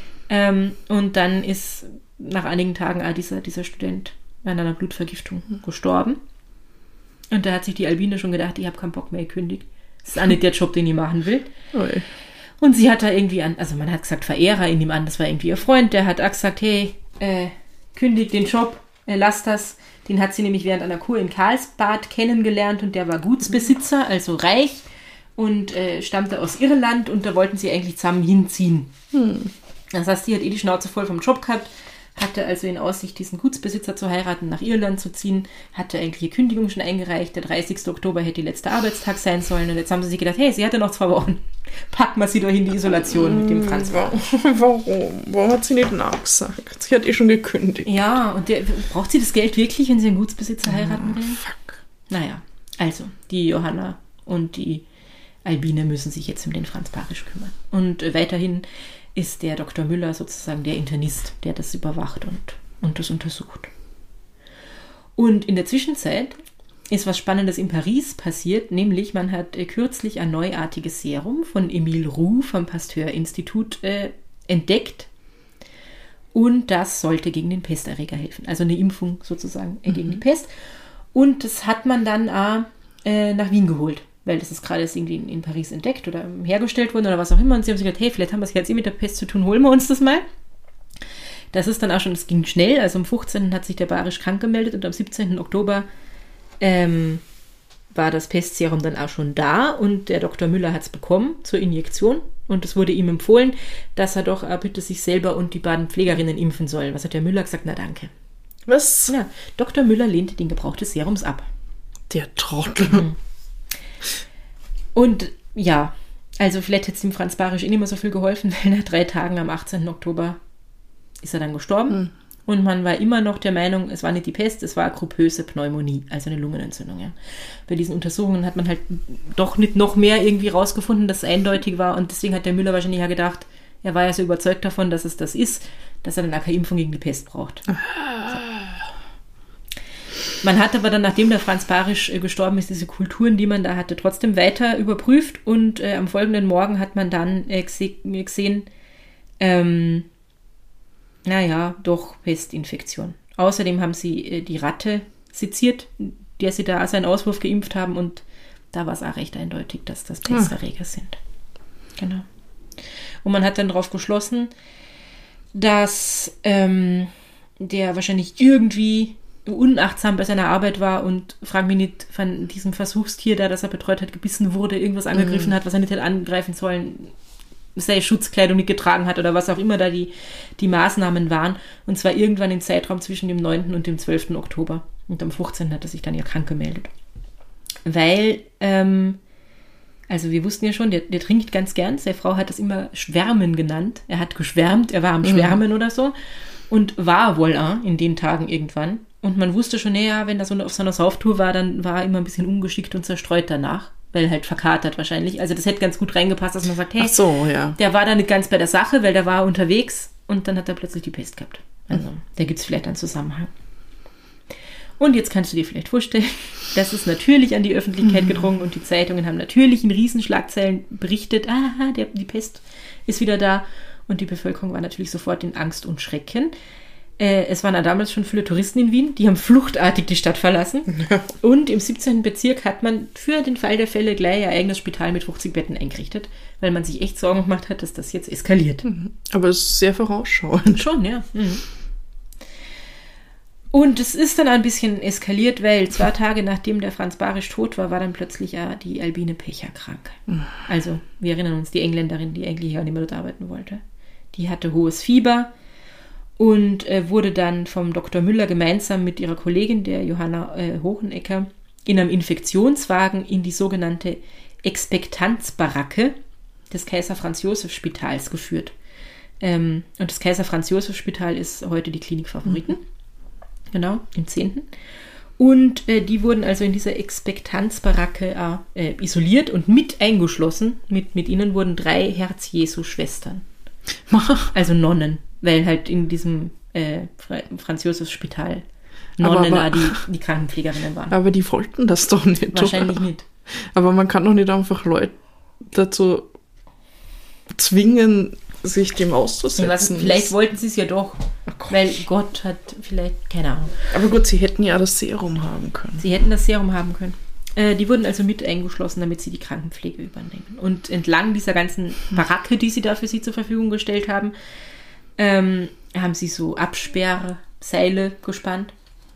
Und dann ist nach einigen Tagen dieser Student an einer Blutvergiftung gestorben. Und da hat sich die Albine schon gedacht, ich habe keinen Bock mehr gekündigt. Das ist auch nicht der Job, den ich machen will. Oi. Und sie hat da irgendwie also man hat gesagt Verehrer in ihm an, das war irgendwie ihr Freund, der hat auch gesagt, hey, kündigt den Job, lass das. Den hat sie nämlich während einer Kur in Karlsbad kennengelernt und der war Gutsbesitzer, also reich und stammte aus Irland und da wollten sie eigentlich zusammen hinziehen. Das heißt, sie hat die Schnauze voll vom Job gehabt, hatte also in Aussicht, diesen Gutsbesitzer zu heiraten, nach Irland zu ziehen, hatte eigentlich ihre Kündigung schon eingereicht, der 30. Oktober hätte die letzte Arbeitstag sein sollen und jetzt haben sie sich gedacht, hey, sie hatte noch 2 Wochen, packen wir sie doch in die Isolation mit dem Franz. Warum? Warum hat sie nicht nachgesagt? Sie hat schon gekündigt. Ja, und braucht sie das Geld wirklich, wenn sie einen Gutsbesitzer heiraten will? Fuck. Naja, also, die Johanna und die Albine müssen sich jetzt um den Franz Barisch kümmern. Und weiterhin ist der Dr. Müller sozusagen der Internist, der das überwacht und das untersucht. Und in der Zwischenzeit ist was Spannendes in Paris passiert, nämlich man hat kürzlich ein neuartiges Serum von Emile Roux vom Pasteur-Institut entdeckt und das sollte gegen den Pesterreger helfen, also eine Impfung sozusagen gegen die Pest. Und das hat man dann nach Wien geholt, weil das ist gerade irgendwie in Paris entdeckt oder hergestellt worden oder was auch immer. Und sie haben sich gedacht, hey, vielleicht haben wir es jetzt mit der Pest zu tun, holen wir uns das mal. Das ist dann auch schon, es ging schnell, also am 15. hat sich der Barisch krank gemeldet und am 17. Oktober war das Pestserum dann auch schon da und der Dr. Müller hat es bekommen zur Injektion und es wurde ihm empfohlen, dass er doch bitte sich selber und die beiden Pflegerinnen impfen soll. Was hat der Müller gesagt? Na danke. Was? Ja, Dr. Müller lehnte den Gebrauch des Serums ab. Der Trottel. Und ja, also vielleicht hätte es dem Franz Barisch nicht mehr so viel geholfen, weil nach 3 Tagen am 18. Oktober ist er dann gestorben. Und man war immer noch der Meinung, es war nicht die Pest, es war gruppöse Pneumonie, also eine Lungenentzündung. Ja. Bei diesen Untersuchungen hat man halt doch nicht noch mehr irgendwie rausgefunden, dass es eindeutig war. Und deswegen hat der Müller wahrscheinlich ja gedacht, er war ja so überzeugt davon, dass es das ist, dass er dann auch keine Impfung gegen die Pest braucht. So. Man hat aber dann, nachdem der Franz Barisch gestorben ist, diese Kulturen, die man da hatte, trotzdem weiter überprüft. Und am folgenden Morgen hat man dann gesehen, doch Pestinfektion. Außerdem haben sie die Ratte seziert, der sie da als einen Auswurf geimpft haben und da war es auch recht eindeutig, dass das Pesterreger sind. Genau. Und man hat dann darauf geschlossen, dass der wahrscheinlich irgendwie unachtsam bei seiner Arbeit war und, frag mich nicht, von diesem Versuchstier da, das er betreut hat, gebissen wurde, irgendwas angegriffen hat, was er nicht hätte angreifen sollen, seine Schutzkleidung nicht getragen hat oder was auch immer da die Maßnahmen waren. Und zwar irgendwann im Zeitraum zwischen dem 9. und dem 12. Oktober. Und am 15. hat er sich dann ja krank gemeldet. Weil, also wir wussten ja schon, der trinkt ganz gern. Seine Frau hat das immer Schwärmen genannt. Er hat geschwärmt, er war am Schwärmen oder so. Und war wohl in den Tagen irgendwann. Und man wusste schon, naja, wenn er so auf so einer Sauftour war, dann war er immer ein bisschen ungeschickt und zerstreut danach. Weil halt verkatert wahrscheinlich. Also das hätte ganz gut reingepasst, dass man sagt, hey, Ach so, ja. der war da nicht ganz bei der Sache, weil der war unterwegs und dann hat er plötzlich die Pest gehabt. Also da gibt es vielleicht einen Zusammenhang. Und jetzt kannst du dir vielleicht vorstellen, das ist natürlich an die Öffentlichkeit gedrungen und die Zeitungen haben natürlich in Riesenschlagzeilen berichtet, die Pest ist wieder da und die Bevölkerung war natürlich sofort in Angst und Schrecken. Es waren ja damals schon viele Touristen in Wien, die haben fluchtartig die Stadt verlassen. Ja. Und im 17. Bezirk hat man für den Fall der Fälle gleich ein eigenes Spital mit 50 Betten eingerichtet, weil man sich echt Sorgen gemacht hat, dass das jetzt eskaliert. Aber es ist sehr vorausschauend. Schon, ja. Und es ist dann ein bisschen eskaliert, weil 2 Tage nachdem der Franz Barisch tot war, war dann plötzlich die Albine Pecher krank. Also, wir erinnern uns, die Engländerin, die eigentlich ja nicht mehr dort arbeiten wollte. Die hatte hohes Fieber und wurde dann vom Dr. Müller gemeinsam mit ihrer Kollegin, der Johanna Hochenecker, in einem Infektionswagen in die sogenannte Expektanzbaracke des Kaiser-Franz-Josef-Spitals geführt. Und das Kaiser-Franz-Joseph-Spital ist heute die Klinik Favoriten. Genau, im 10. Und die wurden also in dieser Expektanzbaracke isoliert und mit eingeschlossen. Mit ihnen wurden 3 Herz-Jesu-Schwestern. Also Nonnen, weil halt in diesem Franz-Josefs-Spital Nonnen die Krankenpflegerinnen waren. Aber die wollten das doch nicht. Wahrscheinlich oder? nicht. Aber man kann doch nicht einfach Leute dazu zwingen, sich dem auszusetzen. Vielleicht wollten sie es ja doch, weil Gott hat vielleicht, keine Ahnung. Aber gut, sie hätten ja das Serum haben können. Sie hätten das Serum haben können. Die wurden also mit eingeschlossen, damit sie die Krankenpflege übernehmen. Und entlang dieser ganzen Baracke, die sie da für sie zur Verfügung gestellt haben, haben sie so Absperrseile gespannt,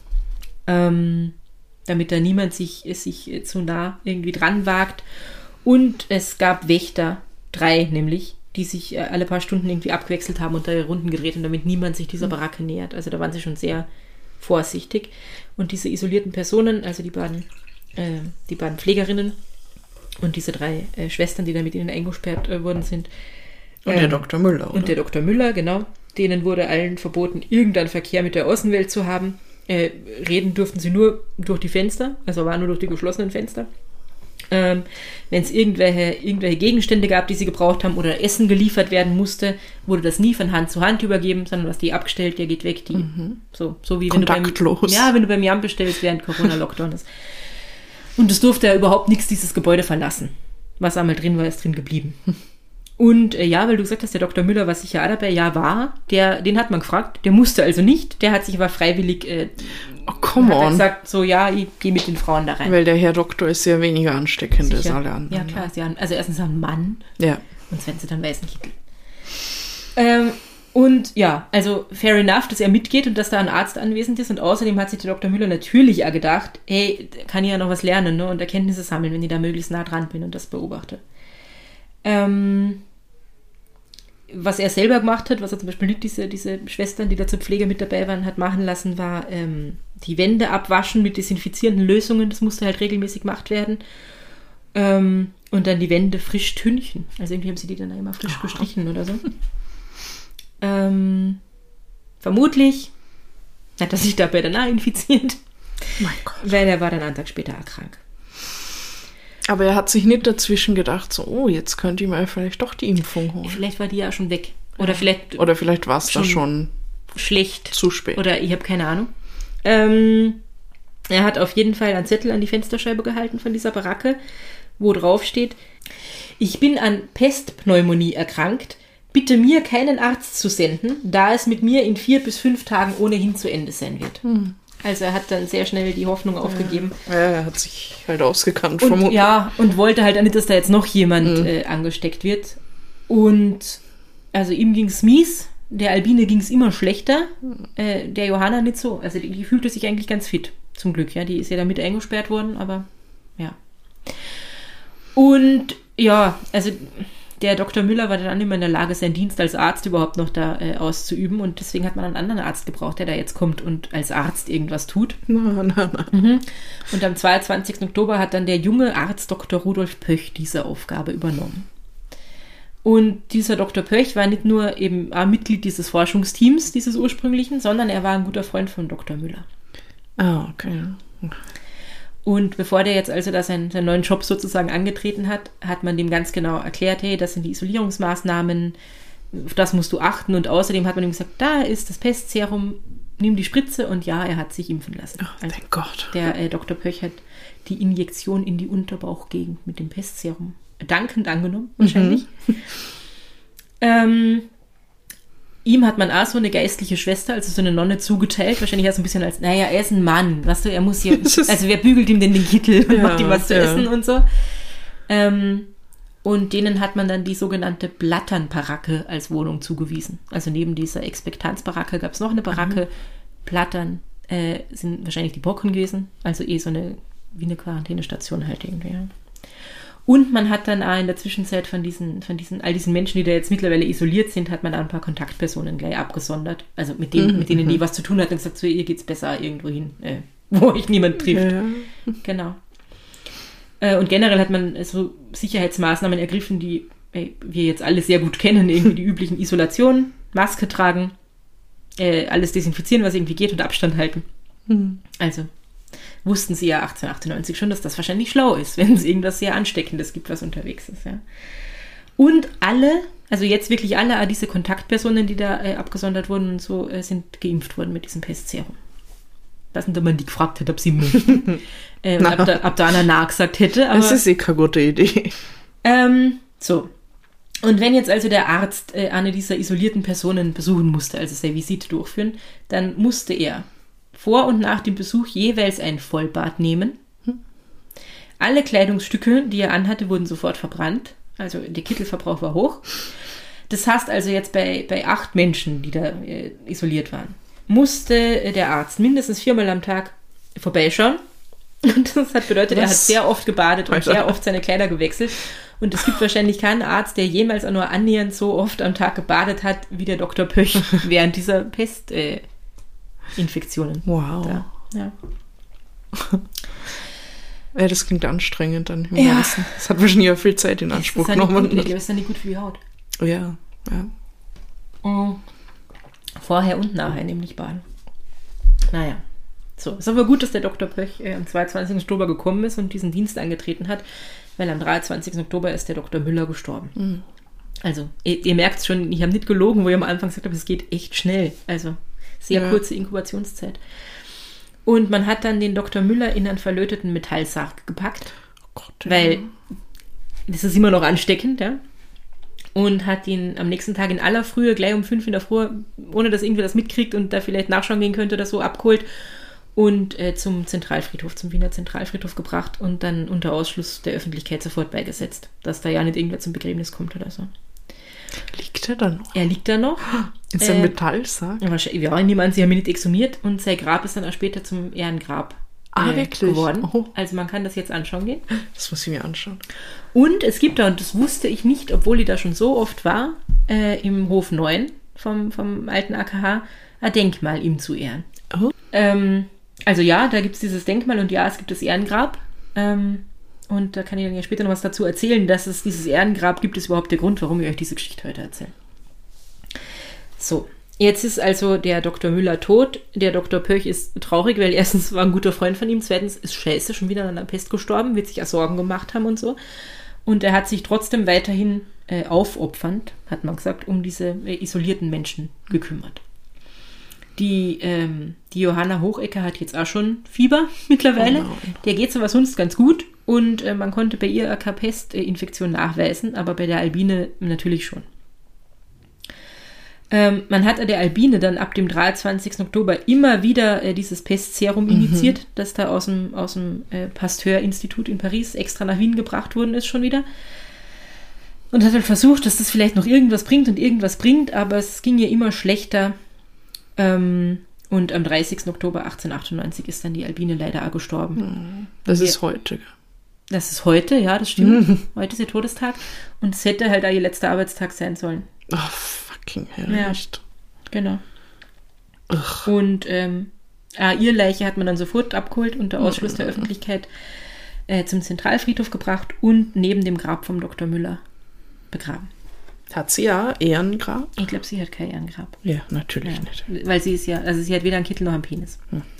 damit da niemand sich zu nah irgendwie dran wagt. Und es gab Wächter, 3 nämlich, die sich alle paar Stunden irgendwie abgewechselt haben und da Runden gedreht haben, damit niemand sich dieser Baracke nähert. Also da waren sie schon sehr vorsichtig. Und diese isolierten Personen, also die beiden Pflegerinnen und diese 3 Schwestern, die da mit ihnen eingesperrt worden sind. Und der Dr. Müller, oder? Und der Dr. Müller, genau. Denen wurde allen verboten, irgendeinen Verkehr mit der Außenwelt zu haben. Reden durften sie nur durch die Fenster, also waren nur durch die geschlossenen Fenster. Wenn es irgendwelche Gegenstände gab, die sie gebraucht haben oder Essen geliefert werden musste, wurde das nie von Hand zu Hand übergeben, sondern was die abgestellt, der geht weg. So wie kontaktlos. wenn du beim Jam bestellst während Corona-Lockdown ist. Und es durfte ja überhaupt nichts dieses Gebäude verlassen. Was einmal drin war, ist drin geblieben. Und weil du gesagt hast, der Dr. Müller war sicher auch dabei, war, den hat man gefragt, der musste also nicht, der hat sich aber freiwillig gesagt, so ich gehe mit den Frauen da rein. Weil der Herr Doktor ist ja weniger ansteckend als alle anderen. Ja klar, also erstens ein Mann und zweitens dann weißen Kittel. Also fair enough, dass er mitgeht und dass da ein Arzt anwesend ist und außerdem hat sich der Dr. Müller natürlich auch gedacht, hey, kann ich ja noch was lernen, ne, und Erkenntnisse sammeln, wenn ich da möglichst nah dran bin und das beobachte. Was er selber gemacht hat, was er zum Beispiel nicht diese Schwestern, die da zur Pflege mit dabei waren, hat machen lassen, war die Wände abwaschen mit desinfizierenden Lösungen. Das musste halt regelmäßig gemacht werden. Und dann die Wände frisch tünchen. Also irgendwie haben sie die dann immer frisch gestrichen oder so. Vermutlich hat er sich dabei danach infiziert. Mein Gott. Weil er war dann einen Tag später auch krank. Aber er hat sich nicht dazwischen gedacht, so, jetzt könnte ich mir vielleicht doch die Impfung holen. Vielleicht war die ja schon weg. Oder vielleicht war es da schon schlecht. Zu spät. Oder ich habe keine Ahnung. Er hat auf jeden Fall einen Zettel an die Fensterscheibe gehalten von dieser Baracke, wo drauf steht: Ich bin an Pestpneumonie erkrankt. Bitte mir keinen Arzt zu senden, da es mit mir in 4 bis 5 Tagen ohnehin zu Ende sein wird. Also er hat dann sehr schnell die Hoffnung aufgegeben. Ja, er hat sich halt ausgekannt. Und wollte halt auch nicht, dass da jetzt noch jemand angesteckt wird. Und also ihm ging es mies, der Albine ging es immer schlechter, der Johanna nicht so. Also die fühlte sich eigentlich ganz fit, zum Glück. Ja, die ist ja damit eingesperrt worden, aber ja. Und also der Dr. Müller war dann nicht mehr in der Lage, seinen Dienst als Arzt überhaupt noch da auszuüben. Und deswegen hat man einen anderen Arzt gebraucht, der da jetzt kommt und als Arzt irgendwas tut. Nein. Und am 22. Oktober hat dann der junge Arzt Dr. Rudolf Pöch diese Aufgabe übernommen. Und dieser Dr. Pöch war nicht nur eben Mitglied dieses Forschungsteams, dieses ursprünglichen, sondern er war ein guter Freund von Dr. Müller. Ah, okay. Und bevor der jetzt also da seinen neuen Job sozusagen angetreten hat, hat man dem ganz genau erklärt, hey, das sind die Isolierungsmaßnahmen, auf das musst du achten. Und außerdem hat man ihm gesagt, da ist das Pestserum, nimm die Spritze. Und ja, er hat sich impfen lassen. Oh, thank Gott. Der Dr. Pöch hat die Injektion in die Unterbauchgegend mit dem Pestserum dankend angenommen, wahrscheinlich. Ihm hat man auch so eine geistliche Schwester, also so eine Nonne zugeteilt, wahrscheinlich auch so ein bisschen als, er ist ein Mann, weißt du, er muss hier, also wer bügelt ihm denn den Kittel und macht ihm was zu essen und so. Und denen hat man dann die sogenannte Blattern-Baracke als Wohnung zugewiesen. Also neben dieser Expektanz-Baracke gab es noch eine Baracke. Blattern sind wahrscheinlich die Brocken gewesen, also so wie eine Quarantänestation halt irgendwie, ja. Und man hat dann auch in der Zwischenzeit von all diesen Menschen, die da jetzt mittlerweile isoliert sind, hat man auch ein paar Kontaktpersonen gleich abgesondert. Also mit denen, die was zu tun hatten und gesagt, so, ihr geht's besser irgendwo hin, wo euch niemand trifft. Ja. Genau. Und generell hat man so Sicherheitsmaßnahmen ergriffen, die wir jetzt alle sehr gut kennen, irgendwie die üblichen Isolationen, Maske tragen, alles desinfizieren, was irgendwie geht und Abstand halten. Also wussten sie ja 1898 schon, dass das wahrscheinlich schlau ist, wenn es irgendwas sehr Ansteckendes gibt, was unterwegs ist. Ja. Und alle, also jetzt wirklich alle diese Kontaktpersonen, die da abgesondert wurden und so, sind geimpft worden mit diesem Pestserum. Was nicht, ob man die gefragt hätte, ob sie möchten. Ob da einer nachgesagt hätte. Aber, das ist keine gute Idee. So. Und wenn jetzt also der Arzt eine dieser isolierten Personen besuchen musste, also seine Visite durchführen, dann musste er vor und nach dem Besuch jeweils ein Vollbad nehmen. Alle Kleidungsstücke, die er anhatte, wurden sofort verbrannt. Also der Kittelverbrauch war hoch. Das heißt also jetzt bei 8 Menschen, die da isoliert waren, musste der Arzt mindestens 4-mal am Tag vorbeischauen. Und das hat bedeutet, er hat sehr oft gebadet und sehr oft seine Kleider gewechselt. Und es gibt wahrscheinlich keinen Arzt, der jemals auch nur annähernd so oft am Tag gebadet hat, wie der Dr. Pöch während dieser Pestinfektionen. Wow. Ja. Ja, das klingt anstrengend dann im Ganzen. Das hat wahrscheinlich auch viel Zeit in Anspruch genommen. Das ist dann nicht gut für die Haut. Oh ja. Vorher und nachher nämlich baden. Naja. So, ist aber gut, dass der Dr. Pöch am 22. Oktober gekommen ist und diesen Dienst angetreten hat, weil am 23. Oktober ist der Dr. Müller gestorben. Also, ihr merkt es schon, ich habe nicht gelogen, wo ich am Anfang gesagt habe, es geht echt schnell. Also, sehr kurze Inkubationszeit. Und man hat dann den Dr. Müller in einen verlöteten Metallsarg gepackt, weil das ist immer noch ansteckend, ja. Und hat ihn am nächsten Tag in aller Frühe, gleich um 5 in der Früh, ohne dass irgendwer das mitkriegt und da vielleicht nachschauen gehen könnte oder so, abgeholt und zum Zentralfriedhof, zum Wiener Zentralfriedhof gebracht und dann unter Ausschluss der Öffentlichkeit sofort beigesetzt, dass da ja nicht irgendwer zum Begräbnis kommt oder so. Liegt er da noch? Er liegt da noch. In seinem Metallsack? Ja, ich nehme an, sie haben ihn nicht exhumiert und sein Grab ist dann auch später zum Ehrengrab geworden. Oh. Also man kann das jetzt anschauen gehen. Das muss ich mir anschauen. Und es gibt da, und das wusste ich nicht, obwohl ich da schon so oft war, im Hof 9 vom alten AKH, ein Denkmal ihm zu Ehren. Oh. Also ja, da gibt es dieses Denkmal und ja, es gibt das Ehrengrab. Und da kann ich dann ja später noch was dazu erzählen, dass es dieses Ehrengrab gibt, ist überhaupt der Grund, warum ich euch diese Geschichte heute erzähle. So, jetzt ist also der Dr. Müller tot. Der Dr. Pöch ist traurig, weil erstens war ein guter Freund von ihm, zweitens ist scheiße, schon wieder an der Pest gestorben, wird sich auch Sorgen gemacht haben und so. Und er hat sich trotzdem weiterhin aufopfernd, hat man gesagt, um diese isolierten Menschen gekümmert. Die Johanna Hochecker hat jetzt auch schon Fieber mittlerweile. Oh nein. Der geht aber sonst ganz gut und man konnte bei ihr keine Pestinfektion nachweisen, aber bei der Albine natürlich schon. Man hat der Albine dann ab dem 23. Oktober immer wieder dieses Pestserum injiziert, das da aus dem Pasteur-Institut in Paris extra nach Wien gebracht worden ist schon wieder. Und hat dann versucht, dass das vielleicht noch irgendwas bringt, aber es ging ihr immer schlechter. Und am 30. Oktober 1898 ist dann die Albine leider auch gestorben. Das ist heute. Das ist heute, ja, das stimmt. Heute ist ihr Todestag. Und es hätte halt auch ihr letzter Arbeitstag sein sollen. Ach, fucking hell. Ja, genau. Ugh. Und ihr Leiche hat man dann sofort abgeholt unter Ausschluss der Öffentlichkeit zum Zentralfriedhof gebracht und neben dem Grab vom Dr. Müller begraben. Hat sie ja Ehrengrab? Ich glaube, sie hat kein Ehrengrab. Ja, natürlich nicht. Weil sie ist ja, also sie hat weder einen Kittel noch einen Penis.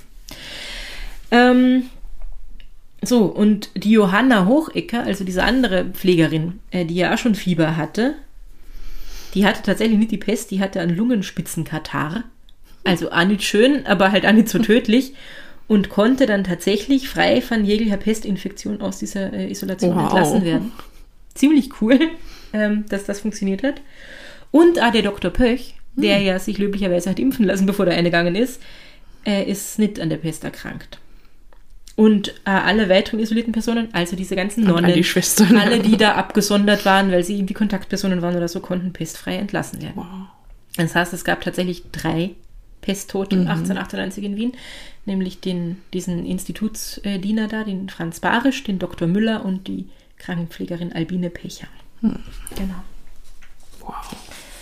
So, und die Johanna Hochecker, also diese andere Pflegerin, die ja auch schon Fieber hatte, die hatte tatsächlich nicht die Pest, die hatte einen Lungenspitzenkatarrh. Also auch nicht schön, aber halt auch nicht so tödlich. Und konnte dann tatsächlich frei von jeglicher Pestinfektion aus dieser Isolation entlassen werden. Ziemlich cool, dass das funktioniert hat. Und der Dr. Pöch, der ja sich löblicherweise hat impfen lassen, bevor der eingegangen ist nicht an der Pest erkrankt. Und alle weiteren isolierten Personen, also diese ganzen Nonnen, die Schwestern, alle, die da abgesondert waren, weil sie irgendwie Kontaktpersonen waren oder so, konnten pestfrei entlassen werden. Wow. Das heißt, es gab tatsächlich 3 Pesttote 1898 in Wien, nämlich diesen Institutsdiener da, den Franz Barisch, den Dr. Müller und die Krankenpflegerin Albine Pecher. Genau. Wow.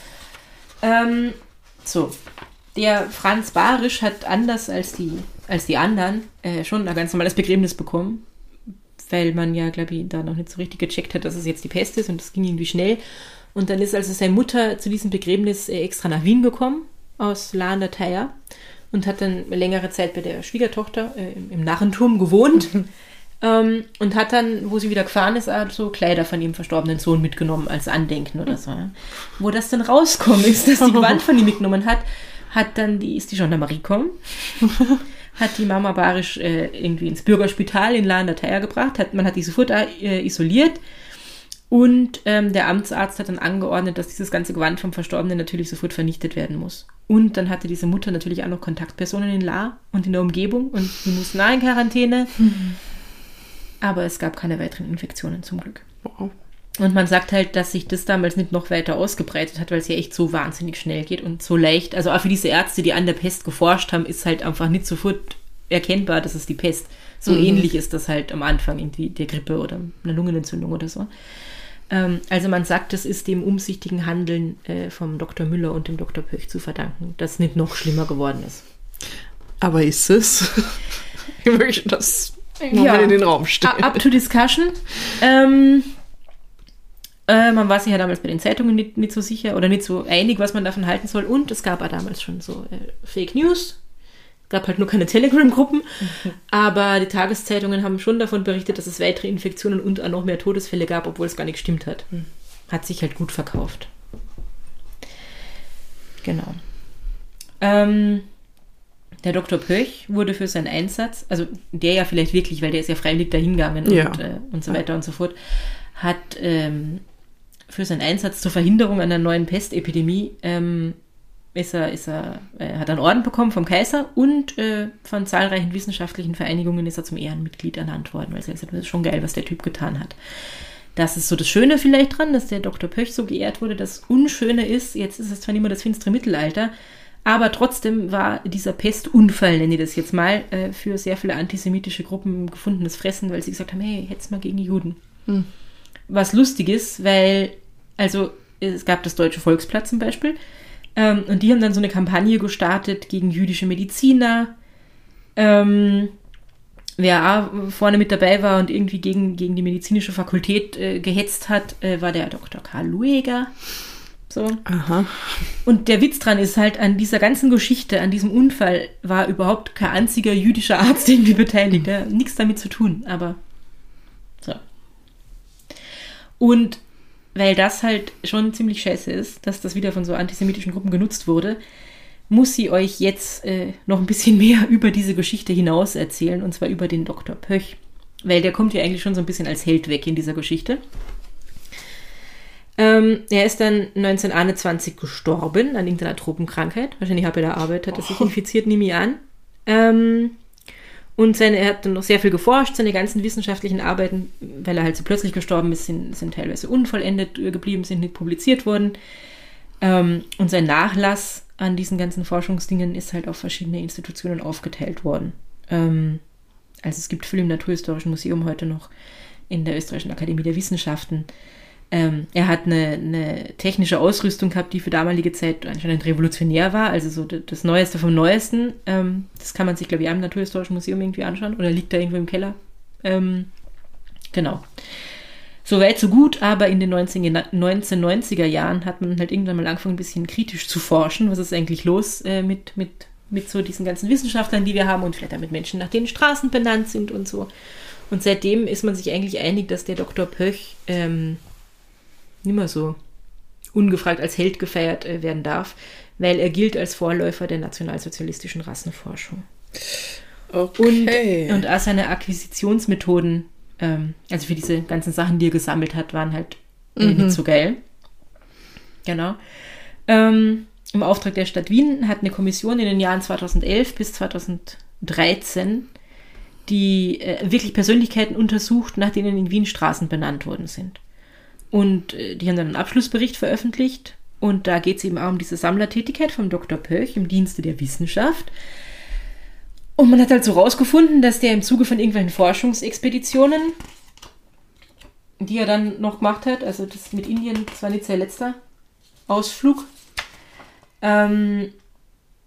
So, der Franz Barisch hat anders als die anderen schon ein ganz normales Begräbnis bekommen, weil man ja, glaube ich, da noch nicht so richtig gecheckt hat, dass es jetzt die Pest ist und das ging irgendwie schnell. Und dann ist also seine Mutter zu diesem Begräbnis extra nach Wien gekommen, aus La an der Thaya, und hat dann längere Zeit bei der Schwiegertochter im Narrenturm gewohnt und hat dann, wo sie wieder gefahren ist, auch so Kleider von ihrem verstorbenen Sohn mitgenommen als Andenken oder so. Ja. Wo das dann rauskommt, ist, dass die Gewand von ihm mitgenommen hat, ist die Gendarmerie gekommen, hat die Mama barisch irgendwie ins Bürgerspital in La an der Thaya gebracht, man hat die sofort isoliert. Und der Amtsarzt hat dann angeordnet, dass dieses ganze Gewand vom Verstorbenen natürlich sofort vernichtet werden muss. Und dann hatte diese Mutter natürlich auch noch Kontaktpersonen in La und in der Umgebung und die mussten auch in Quarantäne. Aber es gab keine weiteren Infektionen zum Glück. Wow. Und man sagt halt, dass sich das damals nicht noch weiter ausgebreitet hat, weil es ja echt so wahnsinnig schnell geht und so leicht. Also auch für diese Ärzte, die an der Pest geforscht haben, ist halt einfach nicht sofort erkennbar, dass es die Pest. So ähnlich ist das halt am Anfang irgendwie der Grippe oder eine Lungenentzündung oder so. Also man sagt, das ist dem umsichtigen Handeln vom Dr. Müller und dem Dr. Pöch zu verdanken, dass es nicht noch schlimmer geworden ist. Aber ist es? Ich möchte das mal in den Raum stellen. Up to discussion. Man war sich ja damals bei den Zeitungen nicht so sicher oder nicht so einig, was man davon halten soll. Und es gab auch damals schon so Fake News. Es gab halt nur keine Telegram-Gruppen. Aber die Tageszeitungen haben schon davon berichtet, dass es weitere Infektionen und auch noch mehr Todesfälle gab, obwohl es gar nicht gestimmt hat. Hat sich halt gut verkauft. Genau. Der Dr. Pöch wurde für seinen Einsatz, also der ja vielleicht wirklich, weil der ist ja freiwillig dahingegangen und so weiter und so fort, hat für seinen Einsatz zur Verhinderung einer neuen Pestepidemie hat einen Orden bekommen vom Kaiser und von zahlreichen wissenschaftlichen Vereinigungen ist er zum Ehrenmitglied ernannt worden, weil es ist schon geil, was der Typ getan hat. Das ist so das Schöne vielleicht dran, dass der Dr. Pöch so geehrt wurde. Das Unschöne ist, jetzt ist es zwar nicht mehr das finstere Mittelalter, aber trotzdem war dieser Pestunfall, nenne ich das jetzt mal, für sehr viele antisemitische Gruppen gefundenes Fressen, weil sie gesagt haben, hey, hetz mal gegen die Juden. Was lustig ist, weil, also es gab das Deutsche Volksblatt zum Beispiel, und die haben dann so eine Kampagne gestartet gegen jüdische Mediziner. Wer auch vorne mit dabei war und irgendwie gegen die medizinische Fakultät gehetzt hat, war der Dr. Karl Lueger. So. Aha. Und der Witz dran ist halt, an dieser ganzen Geschichte, an diesem Unfall, war überhaupt kein einziger jüdischer Arzt irgendwie beteiligt. Der hat nichts damit zu tun, aber so. Und weil das halt schon ziemlich scheiße ist, dass das wieder von so antisemitischen Gruppen genutzt wurde, muss sie euch jetzt noch ein bisschen mehr über diese Geschichte hinaus erzählen, und zwar über den Dr. Pöch. Weil der kommt ja eigentlich schon so ein bisschen als Held weg in dieser Geschichte. Er ist dann 1921 gestorben an irgendeiner Tropenkrankheit. Wahrscheinlich hat er da arbeitet, hat er sich infiziert, nehme ich an. Und er hat dann noch sehr viel geforscht, seine ganzen wissenschaftlichen Arbeiten, weil er halt so plötzlich gestorben ist, sind teilweise unvollendet geblieben, sind nicht publiziert worden. Und sein Nachlass an diesen ganzen Forschungsdingen ist halt auf verschiedene Institutionen aufgeteilt worden. Also es gibt viel im Naturhistorischen Museum heute noch, in der Österreichischen Akademie der Wissenschaften. Er hat eine technische Ausrüstung gehabt, die für damalige Zeit anscheinend revolutionär war, also so das Neueste vom Neuesten. Das kann man sich, glaube ich, am Naturhistorischen Museum irgendwie anschauen oder liegt da irgendwo im Keller. Genau. Soweit, so gut, aber in den 1990er Jahren hat man halt irgendwann mal angefangen, ein bisschen kritisch zu forschen. Was ist eigentlich los mit so diesen ganzen Wissenschaftlern, die wir haben, und vielleicht auch mit Menschen, nach denen Straßen benannt sind und so. Und seitdem ist man sich eigentlich einig, dass der Dr. Pöch nicht mehr so ungefragt als Held gefeiert werden darf, weil er gilt als Vorläufer der nationalsozialistischen Rassenforschung. Okay. Und auch seine Akquisitionsmethoden, also für diese ganzen Sachen, die er gesammelt hat, waren halt nicht so geil. Genau. Im Auftrag der Stadt Wien hat eine Kommission in den Jahren 2011 bis 2013 die wirklich Persönlichkeiten untersucht, nach denen in Wien Straßen benannt worden sind. Und die haben dann einen Abschlussbericht veröffentlicht. Und da geht es eben auch um diese Sammlertätigkeit vom Dr. Pöch im Dienste der Wissenschaft. Und man hat halt so rausgefunden, dass der im Zuge von irgendwelchen Forschungsexpeditionen, die er dann noch gemacht hat, also das mit Indien, das war nicht sein letzter Ausflug,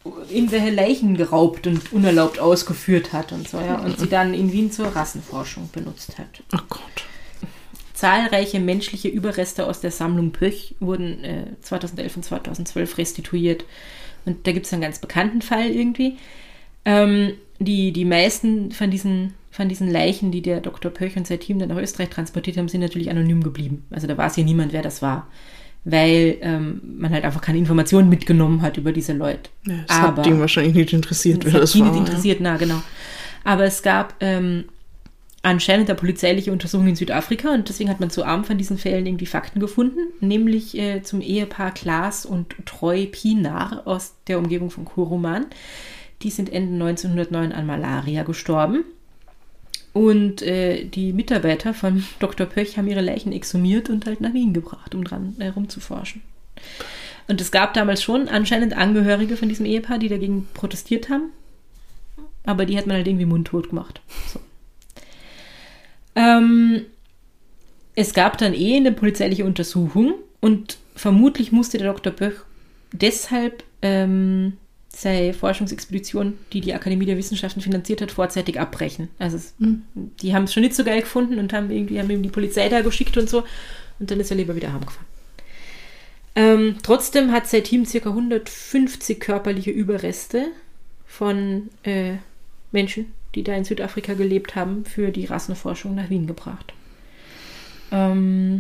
irgendwelche Leichen geraubt und unerlaubt ausgeführt hat und so, ja, und sie dann in Wien zur Rassenforschung benutzt hat. Oh Gott. Zahlreiche menschliche Überreste aus der Sammlung Pöch wurden 2011 und 2012 restituiert. Und da gibt es einen ganz bekannten Fall irgendwie. Die meisten von diesen Leichen, die der Dr. Pöch und sein Team dann nach Österreich transportiert haben, sind natürlich anonym geblieben. Also da weiß ja niemand, wer das war. Weil man halt einfach keine Informationen mitgenommen hat über diese Leute. Ja, das hat ihn wahrscheinlich nicht interessiert, wer das war. Nicht interessiert, na genau. Aber es gab anscheinend eine polizeiliche Untersuchung in Südafrika und deswegen hat man zu Arm von diesen Fällen irgendwie Fakten gefunden, nämlich zum Ehepaar Klaas und Troy Pienaar aus der Umgebung von Kuruman. Die sind Ende 1909 an Malaria gestorben und die Mitarbeiter von Dr. Pöch haben ihre Leichen exhumiert und halt nach Wien gebracht, um dran rumzuforschen. Und es gab damals schon anscheinend Angehörige von diesem Ehepaar, die dagegen protestiert haben, aber die hat man halt irgendwie mundtot gemacht. So. Es gab dann eine polizeiliche Untersuchung und vermutlich musste der Dr. Pöch deshalb seine Forschungsexpedition, die die Akademie der Wissenschaften finanziert hat, vorzeitig abbrechen. Also die haben es schon nicht so geil gefunden und haben ihm die Polizei da geschickt und so und dann ist er lieber wieder heimgefahren. Trotzdem hat sein Team ca. 150 körperliche Überreste von Menschen, die da in Südafrika gelebt haben, für die Rassenforschung nach Wien gebracht. Und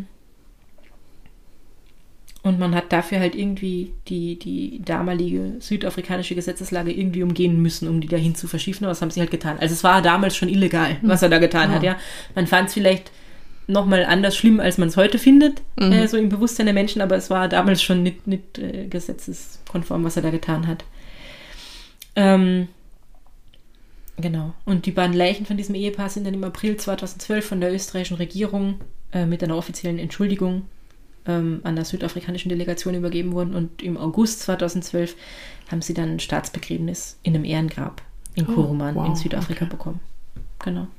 man hat dafür halt irgendwie die damalige südafrikanische Gesetzeslage irgendwie umgehen müssen, um die dahin zu verschiffen, aber das haben sie halt getan. Also es war damals schon illegal, was er da getan hat, ja. Man fand es vielleicht nochmal anders schlimm, als man es heute findet, so im Bewusstsein der Menschen, aber es war damals schon nicht gesetzeskonform, was er da getan hat. Genau. Und die beiden Leichen von diesem Ehepaar sind dann im April 2012 von der österreichischen Regierung mit einer offiziellen Entschuldigung an der südafrikanischen Delegation übergeben worden und im August 2012 haben sie dann ein Staatsbegräbnis in einem Ehrengrab in Kuruman in Südafrika bekommen. Genau.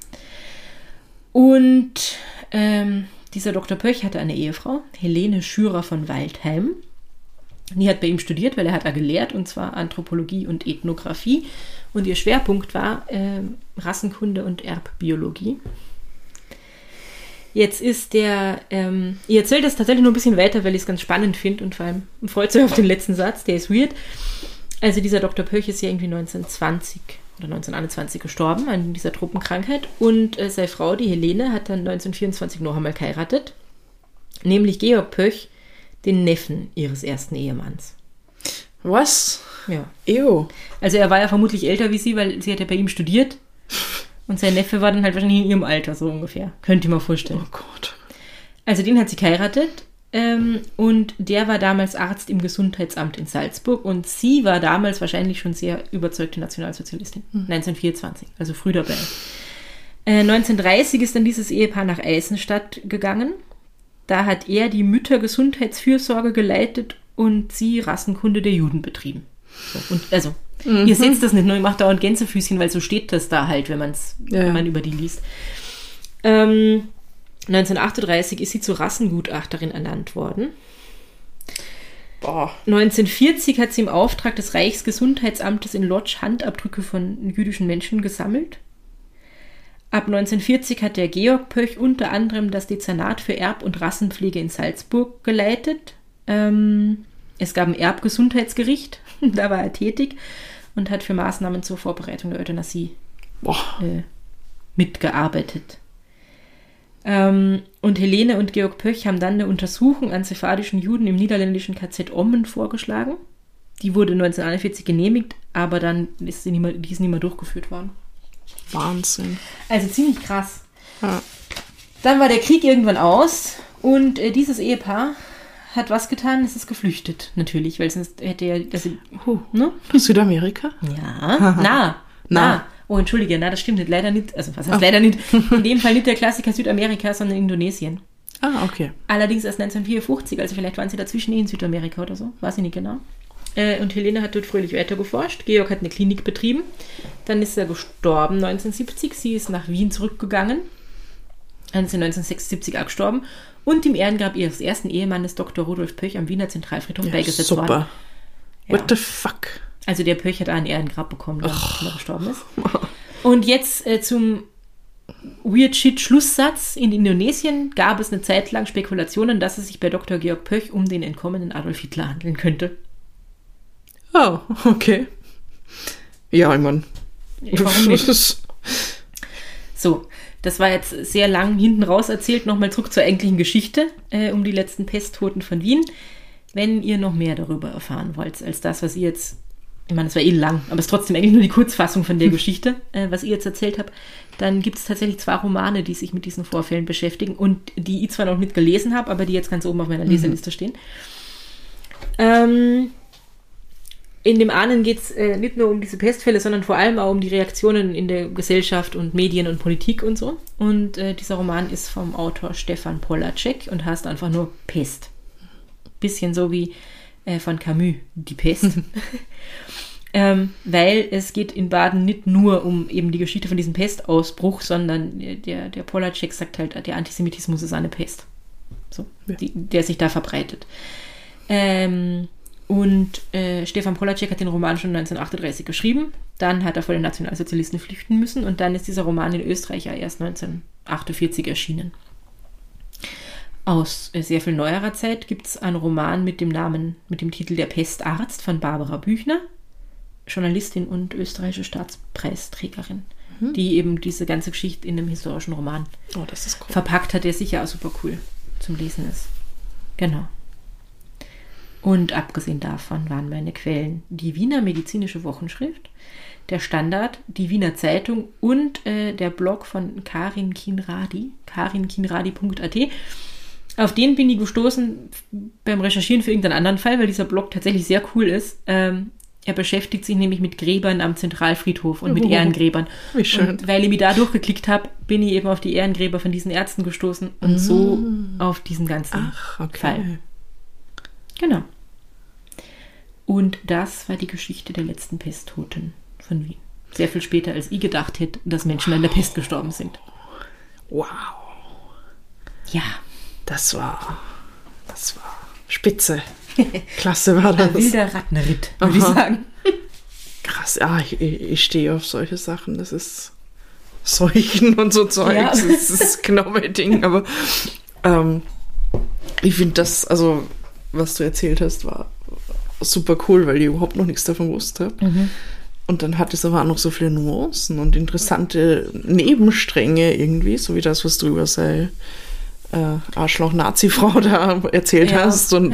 Und dieser Dr. Pöch hatte eine Ehefrau, Helene Schürer von Waldheim. Die hat bei ihm studiert, weil er hat da gelehrt, und zwar Anthropologie und Ethnographie. Und ihr Schwerpunkt war Rassenkunde und Erbbiologie. Jetzt ist ich erzähle das tatsächlich nur ein bisschen weiter, weil ich es ganz spannend finde und vor allem freut sich auf den letzten Satz, der ist weird. Also dieser Dr. Pöch ist ja irgendwie 1920 oder 1921 gestorben an dieser Tropenkrankheit und seine Frau, die Helene, hat dann 1924 noch einmal geheiratet, nämlich Georg Pöch, den Neffen ihres ersten Ehemanns. Was? Ja. Ew. Also er war ja vermutlich älter wie sie, weil sie hat ja bei ihm studiert. Und sein Neffe war dann halt wahrscheinlich in ihrem Alter, so ungefähr. Könnt ihr mal vorstellen. Oh Gott. Also den hat sie geheiratet. Und der war damals Arzt im Gesundheitsamt in Salzburg. Und sie war damals wahrscheinlich schon sehr überzeugte Nationalsozialistin. 1924, also früh dabei. 1930 ist dann dieses Ehepaar nach Eisenstadt gegangen. Da hat er die Müttergesundheitsfürsorge geleitet und sie Rassenkunde der Juden betrieben. So, und also, ihr seht das nicht nur, ich mache dauernd Gänsefüßchen, weil so steht das da halt, wenn man über die liest. 1938 ist sie zur Rassengutachterin ernannt worden. Boah. 1940 hat sie im Auftrag des Reichsgesundheitsamtes in Lodz Handabdrücke von jüdischen Menschen gesammelt. Ab 1940 hat der Georg Pöch unter anderem das Dezernat für Erb- und Rassenpflege in Salzburg geleitet. Es gab ein Erbgesundheitsgericht, da war er tätig und hat für Maßnahmen zur Vorbereitung der Euthanasie mitgearbeitet. Und Helene und Georg Pöch haben dann eine Untersuchung an sephardischen Juden im niederländischen KZ Ommen vorgeschlagen. Die wurde 1941 genehmigt, aber dann ist die ist nie mehr durchgeführt worden. Wahnsinn. Also ziemlich krass. Ja. Dann war der Krieg irgendwann aus und dieses Ehepaar hat was getan? Es ist geflüchtet, natürlich, weil sonst hätte er... ne? Südamerika? Ja, na. Oh, entschuldige, das stimmt nicht, leider nicht. Also, was heißt leider nicht? In dem Fall nicht der Klassiker Südamerika, sondern Indonesien. Ah, okay. Allerdings erst 1954, also vielleicht waren sie dazwischen in Südamerika oder so, weiß ich nicht genau. Und Helene hat dort fröhlich weiter geforscht. Georg hat eine Klinik betrieben. Dann ist er gestorben 1970. Sie ist nach Wien zurückgegangen. Dann ist sie 1976 auch gestorben. Und im Ehrengrab ihres ersten Ehemannes, Dr. Rudolf Pöch, am Wiener Zentralfriedhof beigesetzt worden. Super. What the fuck? Also der Pöch hat ein Ehrengrab bekommen, nachdem er gestorben ist. Und jetzt zum Weird-Shit-Schlusssatz. In Indonesien gab es eine Zeit lang Spekulationen, dass es sich bei Dr. Georg Pöch um den entkommenen Adolf Hitler handeln könnte. Oh, okay. Ja, ich meine. Warum nicht? So, das war jetzt sehr lang hinten raus erzählt. Nochmal zurück zur eigentlichen Geschichte um die letzten Pesttoten von Wien. Wenn ihr noch mehr darüber erfahren wollt, als das, was ihr jetzt, ich meine, es war lang, aber es ist trotzdem eigentlich nur die Kurzfassung von der Geschichte, was ihr jetzt erzählt habt, dann gibt es tatsächlich 2 Romane, die sich mit diesen Vorfällen beschäftigen und die ich zwar noch nicht gelesen habe, aber die jetzt ganz oben auf meiner Leseliste stehen. In dem einen geht es nicht nur um diese Pestfälle, sondern vor allem auch um die Reaktionen in der Gesellschaft und Medien und Politik und so. Und dieser Roman ist vom Autor Stefan Polacek und heißt einfach nur Pest. Bisschen so wie von Camus, die Pest. Weil es geht in Baden nicht nur um eben die Geschichte von diesem Pestausbruch, sondern der Polacek sagt halt, der Antisemitismus ist eine Pest. So, ja. Der sich da verbreitet. Stefan Polacek hat den Roman schon 1938 geschrieben. Dann hat er vor den Nationalsozialisten flüchten müssen und dann ist dieser Roman in Österreich ja erst 1948 erschienen. Aus sehr viel neuerer Zeit gibt es einen Roman mit dem Titel Der Pestarzt von Barbara Büchner, Journalistin und österreichische Staatspreisträgerin, die eben diese ganze Geschichte in einem historischen Roman das ist cool. verpackt hat, der sicher auch super cool zum Lesen ist. Genau. Und abgesehen davon waren meine Quellen die Wiener Medizinische Wochenschrift, der Standard, die Wiener Zeitung und der Blog von Karin Kinradi, karinkinradi.at. Auf den bin ich gestoßen beim Recherchieren für irgendeinen anderen Fall, weil dieser Blog tatsächlich sehr cool ist. Er beschäftigt sich nämlich mit Gräbern am Zentralfriedhof und mit Ehrengräbern. Wie schön. Und weil ich mich da durchgeklickt habe, bin ich eben auf die Ehrengräber von diesen Ärzten gestoßen und so auf diesen ganzen Fall. Genau. Und das war die Geschichte der letzten Pesttoten von Wien. Sehr viel später, als ich gedacht hätte, dass Menschen an der Pest gestorben sind. Wow. Ja. Das war spitze. Klasse war das. Ein wilder Rattenritt, würde ich sagen. Krass, ja, ich stehe auf solche Sachen. Das ist Seuchen und so Zeug. Ja. Das ist genau mein Ding. Aber ich finde das, also was du erzählt hast, war super cool, weil ich überhaupt noch nichts davon wusste. Und dann hat es aber auch noch so viele Nuancen und interessante Nebenstränge irgendwie, so wie das, was du über sei Arschloch-Nazi-Frau da erzählt hast. Und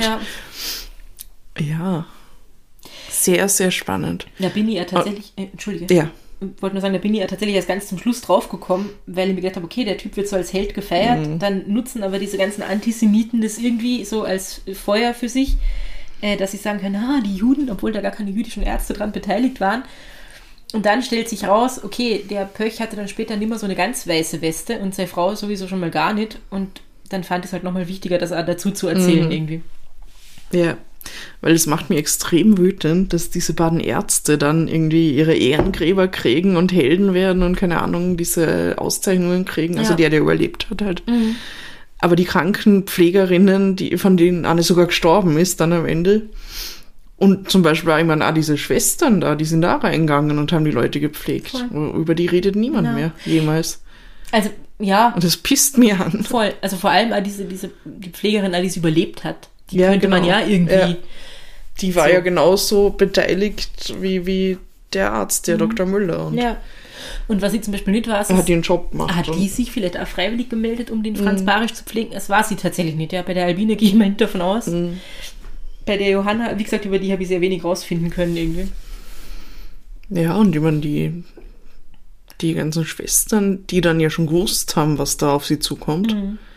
ja, sehr, sehr spannend. Da bin ich ja tatsächlich, Entschuldige. Ja. Ich wollte nur sagen, da bin ich ja tatsächlich erst ganz zum Schluss draufgekommen, weil ich mir gedacht habe, okay, der Typ wird so als Held gefeiert, dann nutzen aber diese ganzen Antisemiten das irgendwie so als Feuer für sich, dass sie sagen können, die Juden, obwohl da gar keine jüdischen Ärzte dran beteiligt waren. Und dann stellt sich raus, okay, der Pöch hatte dann später nicht mehr so eine ganz weiße Weste und seine Frau sowieso schon mal gar nicht. Und dann fand ich es halt nochmal wichtiger, das dazu zu erzählen irgendwie. Ja, weil es macht mich extrem wütend, dass diese beiden Ärzte dann irgendwie ihre Ehrengräber kriegen und Helden werden und keine Ahnung, diese Auszeichnungen kriegen. Also der überlebt hat halt. Aber die Krankenpflegerinnen, von denen eine sogar gestorben ist dann am Ende. Und zum Beispiel, ich meine, diese Schwestern da, die sind da reingegangen und haben die Leute gepflegt. Voll. Über die redet niemand mehr, jemals. Also, ja. Und das pisst mir an. Voll. Also vor allem die Pflegerin, die es überlebt hat. Die könnte man ja irgendwie... Ja. Die war ja genauso beteiligt wie der Arzt, der Dr. Müller. Und und was sie zum Beispiel nicht weiß, hat die einen Job gemacht. Hat die sich vielleicht auch freiwillig gemeldet, um den Franz Barisch zu pflegen? Das war sie tatsächlich nicht. Ja. Bei der Albine gehe ich mal nicht davon aus. Bei der Johanna, wie gesagt, über die habe ich sehr wenig rausfinden können irgendwie. Ja, und ich meine, die ganzen Schwestern, die dann ja schon gewusst haben, was da auf sie zukommt.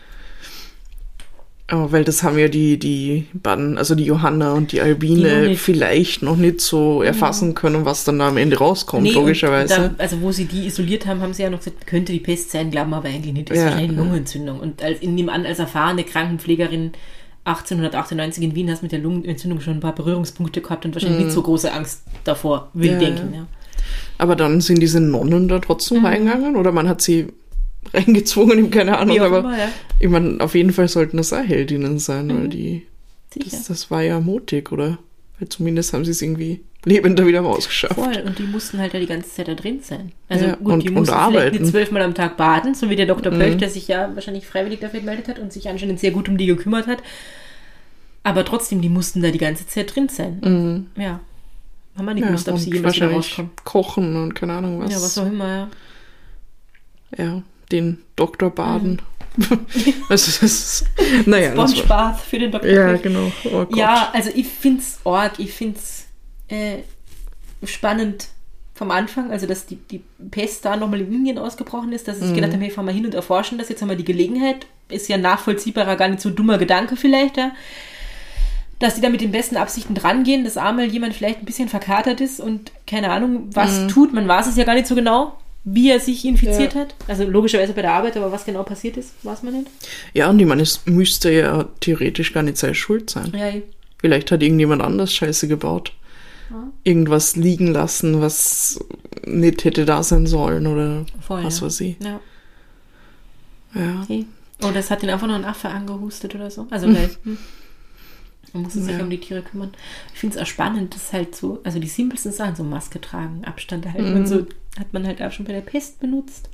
Aber weil das haben ja die beiden, also die Johanna und die Albine vielleicht noch nicht so erfassen können, was dann da am Ende rauskommt, logischerweise. Also wo sie die isoliert haben, haben sie ja noch gesagt, könnte die Pest sein, glauben aber eigentlich nicht. Das ist wahrscheinlich eine Lungenentzündung. Und als erfahrene Krankenpflegerin 1898 in Wien hast mit der Lungenentzündung schon ein paar Berührungspunkte gehabt und wahrscheinlich nicht so große Angst davor, will ich denken. Ja. Aber dann sind diese Nonnen da trotzdem reingegangen oder man hat sie reingezwungen, keine Ahnung, aber immer, ich meine, auf jeden Fall sollten das auch Heldinnen sein, weil das war ja mutig, oder? Weil zumindest haben sie es irgendwie lebender wieder rausgeschafft. Voll, und die mussten halt ja die ganze Zeit da drin sein. Also Ja, gut, die und mussten vielleicht arbeiten. nicht 12-mal am Tag baden, so wie der Dr. Pölch, der sich ja wahrscheinlich freiwillig dafür gemeldet hat und sich anscheinend sehr gut um die gekümmert hat. Aber trotzdem, die mussten da die ganze Zeit drin sein. Ja. Haben wir nicht gewusst, ob sie jemals wieder rauskommen. Kochen und keine Ahnung was. Ja, was auch immer, ja. Ja, den Doktor baden. Also das ist, naja. Spongebath für den Dr. Ja, Pölch. genau. Oh Gott. Ja, also ich finde es arg, ich finde es spannend vom Anfang, also dass die Pest da nochmal in Indien ausgebrochen ist, dass ich gedacht habe, hey, fahren wir hin und erforschen das, jetzt haben wir die Gelegenheit, ist ja nachvollziehbarer, gar nicht so dummer Gedanke vielleicht, ja, dass die da mit den besten Absichten drangehen, dass einmal jemand vielleicht ein bisschen verkatert ist und keine Ahnung, was tut, man weiß es ja gar nicht so genau, wie er sich infiziert hat, also logischerweise bei der Arbeit, aber was genau passiert ist, weiß man nicht. Ja, und ich meine, es müsste ja theoretisch gar nicht seine Schuld sein. Ja, Vielleicht hat irgendjemand anders Scheiße gebaut. Irgendwas liegen lassen, was nicht hätte da sein sollen oder voll, was weiß ich. Ja. Ja. Okay. Oh, das hat den einfach noch ein Affe angehustet oder so. Also weil man muss sich um die Tiere kümmern. Ich finde es auch spannend, dass halt so, also die simpelsten Sachen, so Maske tragen, Abstand halten und so, hat man halt auch schon bei der Pest benutzt.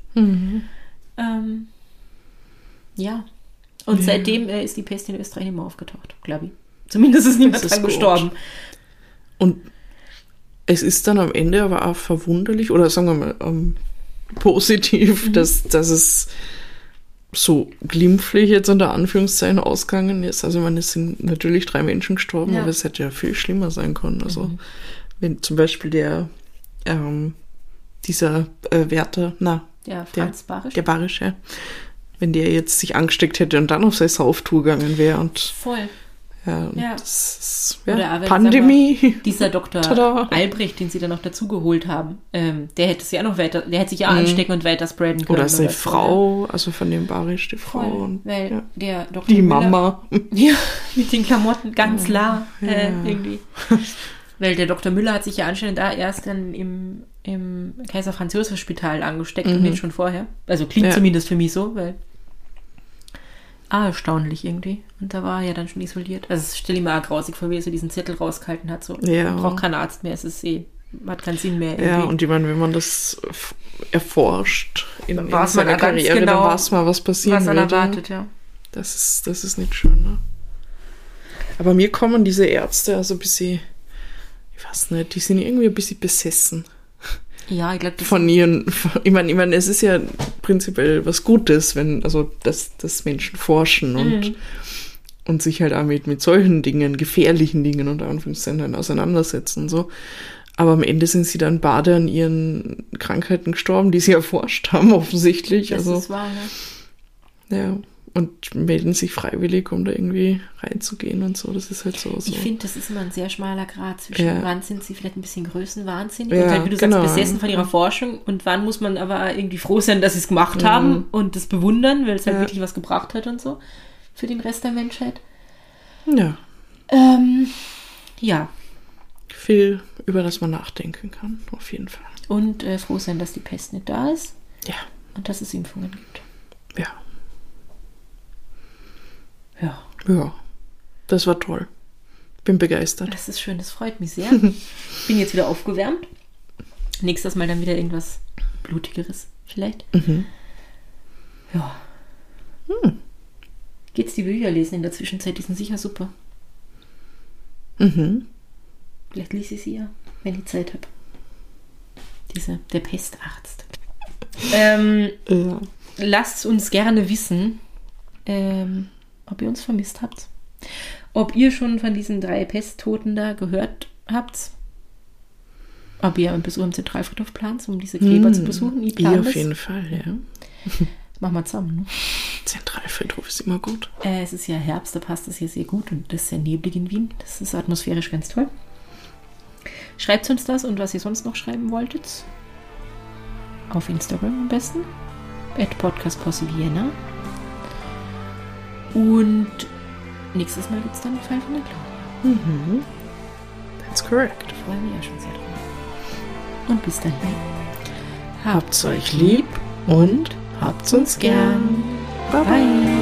Ja. Und seitdem ist die Pest in Österreich nicht mehr aufgetaucht, glaube ich. Zumindest ist niemand dran gestorben. Und es ist dann am Ende aber auch verwunderlich, oder sagen wir mal positiv, dass es so glimpflich jetzt unter Anführungszeichen ausgegangen ist. Also ich meine, es sind natürlich 3 Menschen gestorben, aber es hätte ja viel schlimmer sein können. Also wenn zum Beispiel dieser Wärter, Franz Barisch. Der Barisch, ja. Wenn der jetzt sich angesteckt hätte und dann auf seine Sauftour gegangen wäre und voll. Ja, das ist Oder aber, Pandemie. Mal, dieser Dr. Tada. Albrecht, den sie dann noch dazugeholt haben, der hätte sich ja noch weiter, der hätte sich ja anstecken und weiter spreaden können. Oder seine Frau, also von dem Barisch, die Frau. Voll, und, weil der Dr. Die Müller, Mama. Ja, mit den Klamotten, ganz klar, irgendwie. Weil der Dr. Müller hat sich ja anscheinend da erst dann im Kaiser Franz Joseph Spital angesteckt und nicht schon vorher. Also klingt zumindest für mich so, weil erstaunlich irgendwie. Und da war er ja dann schon isoliert. Also das stelle ich mir auch grausig vor, wie er so diesen Zettel rausgehalten hat. So, braucht keinen Arzt mehr, es ist hat keinen Sinn mehr. Irgendwie. Ja, und ich meine, wenn man das erforscht in seiner genau, Karriere, dann weiß man, was passieren was wird. Erwartet, ja. Das ist nicht schön, ne? Aber mir kommen diese Ärzte also ein bisschen, ich weiß nicht, die sind irgendwie ein bisschen besessen. Ja, ich glaube, von ihren, ich meine, es ist ja prinzipiell was Gutes, wenn, also, dass Menschen forschen und sich halt auch mit solchen Dingen, gefährlichen Dingen unter Anführungszeichen dann auseinandersetzen und so. Aber am Ende sind sie dann beide an ihren Krankheiten gestorben, die sie erforscht haben, offensichtlich. Das also, ist wahr, ne? Ja. Und melden sich freiwillig, um da irgendwie reinzugehen und so. Das ist halt so. Ich finde, das ist immer ein sehr schmaler Grad zwischen wann sind sie vielleicht ein bisschen größenwahnsinnig und halt, wie du sagst, besessen von ihrer Forschung und wann muss man aber irgendwie froh sein, dass sie es gemacht haben und das bewundern, weil es halt wirklich was gebracht hat und so für den Rest der Menschheit. Ja. Ja. Viel, über das man nachdenken kann, auf jeden Fall. Und froh sein, dass die Pest nicht da ist. Ja. Und dass es Impfungen gibt. Ja. Ja. Ja, das war toll. Bin begeistert. Das ist schön, das freut mich sehr. Bin jetzt wieder aufgewärmt. Nächstes Mal dann wieder irgendwas Blutigeres vielleicht. Ja. Geht's die Bücher lesen in der Zwischenzeit? Die sind sicher super. Vielleicht lese ich sie ja, wenn ich Zeit habe. Der Pestarzt. Lasst uns gerne wissen, ob ihr uns vermisst habt. Ob ihr schon von diesen 3 Pesttoten da gehört habt. Ob ihr einen Besuch im Zentralfriedhof plant, um diese Gräber zu besuchen. Ich auf jeden Fall, ja. Machen wir zusammen, ne? Zentralfriedhof ist immer gut. Es ist ja Herbst, da passt das hier sehr gut und das ist sehr neblig in Wien. Das ist atmosphärisch ganz toll. Schreibt uns das und was ihr sonst noch schreiben wolltet. Auf Instagram am besten. @podcastposse-vienna. Und nächstes Mal gibt es dann den Fall von der Claudia. That's correct. Da freue ich mich ja schon sehr drauf. Und bis dann. Habt's euch lieb und habt's uns gern. Bye bye.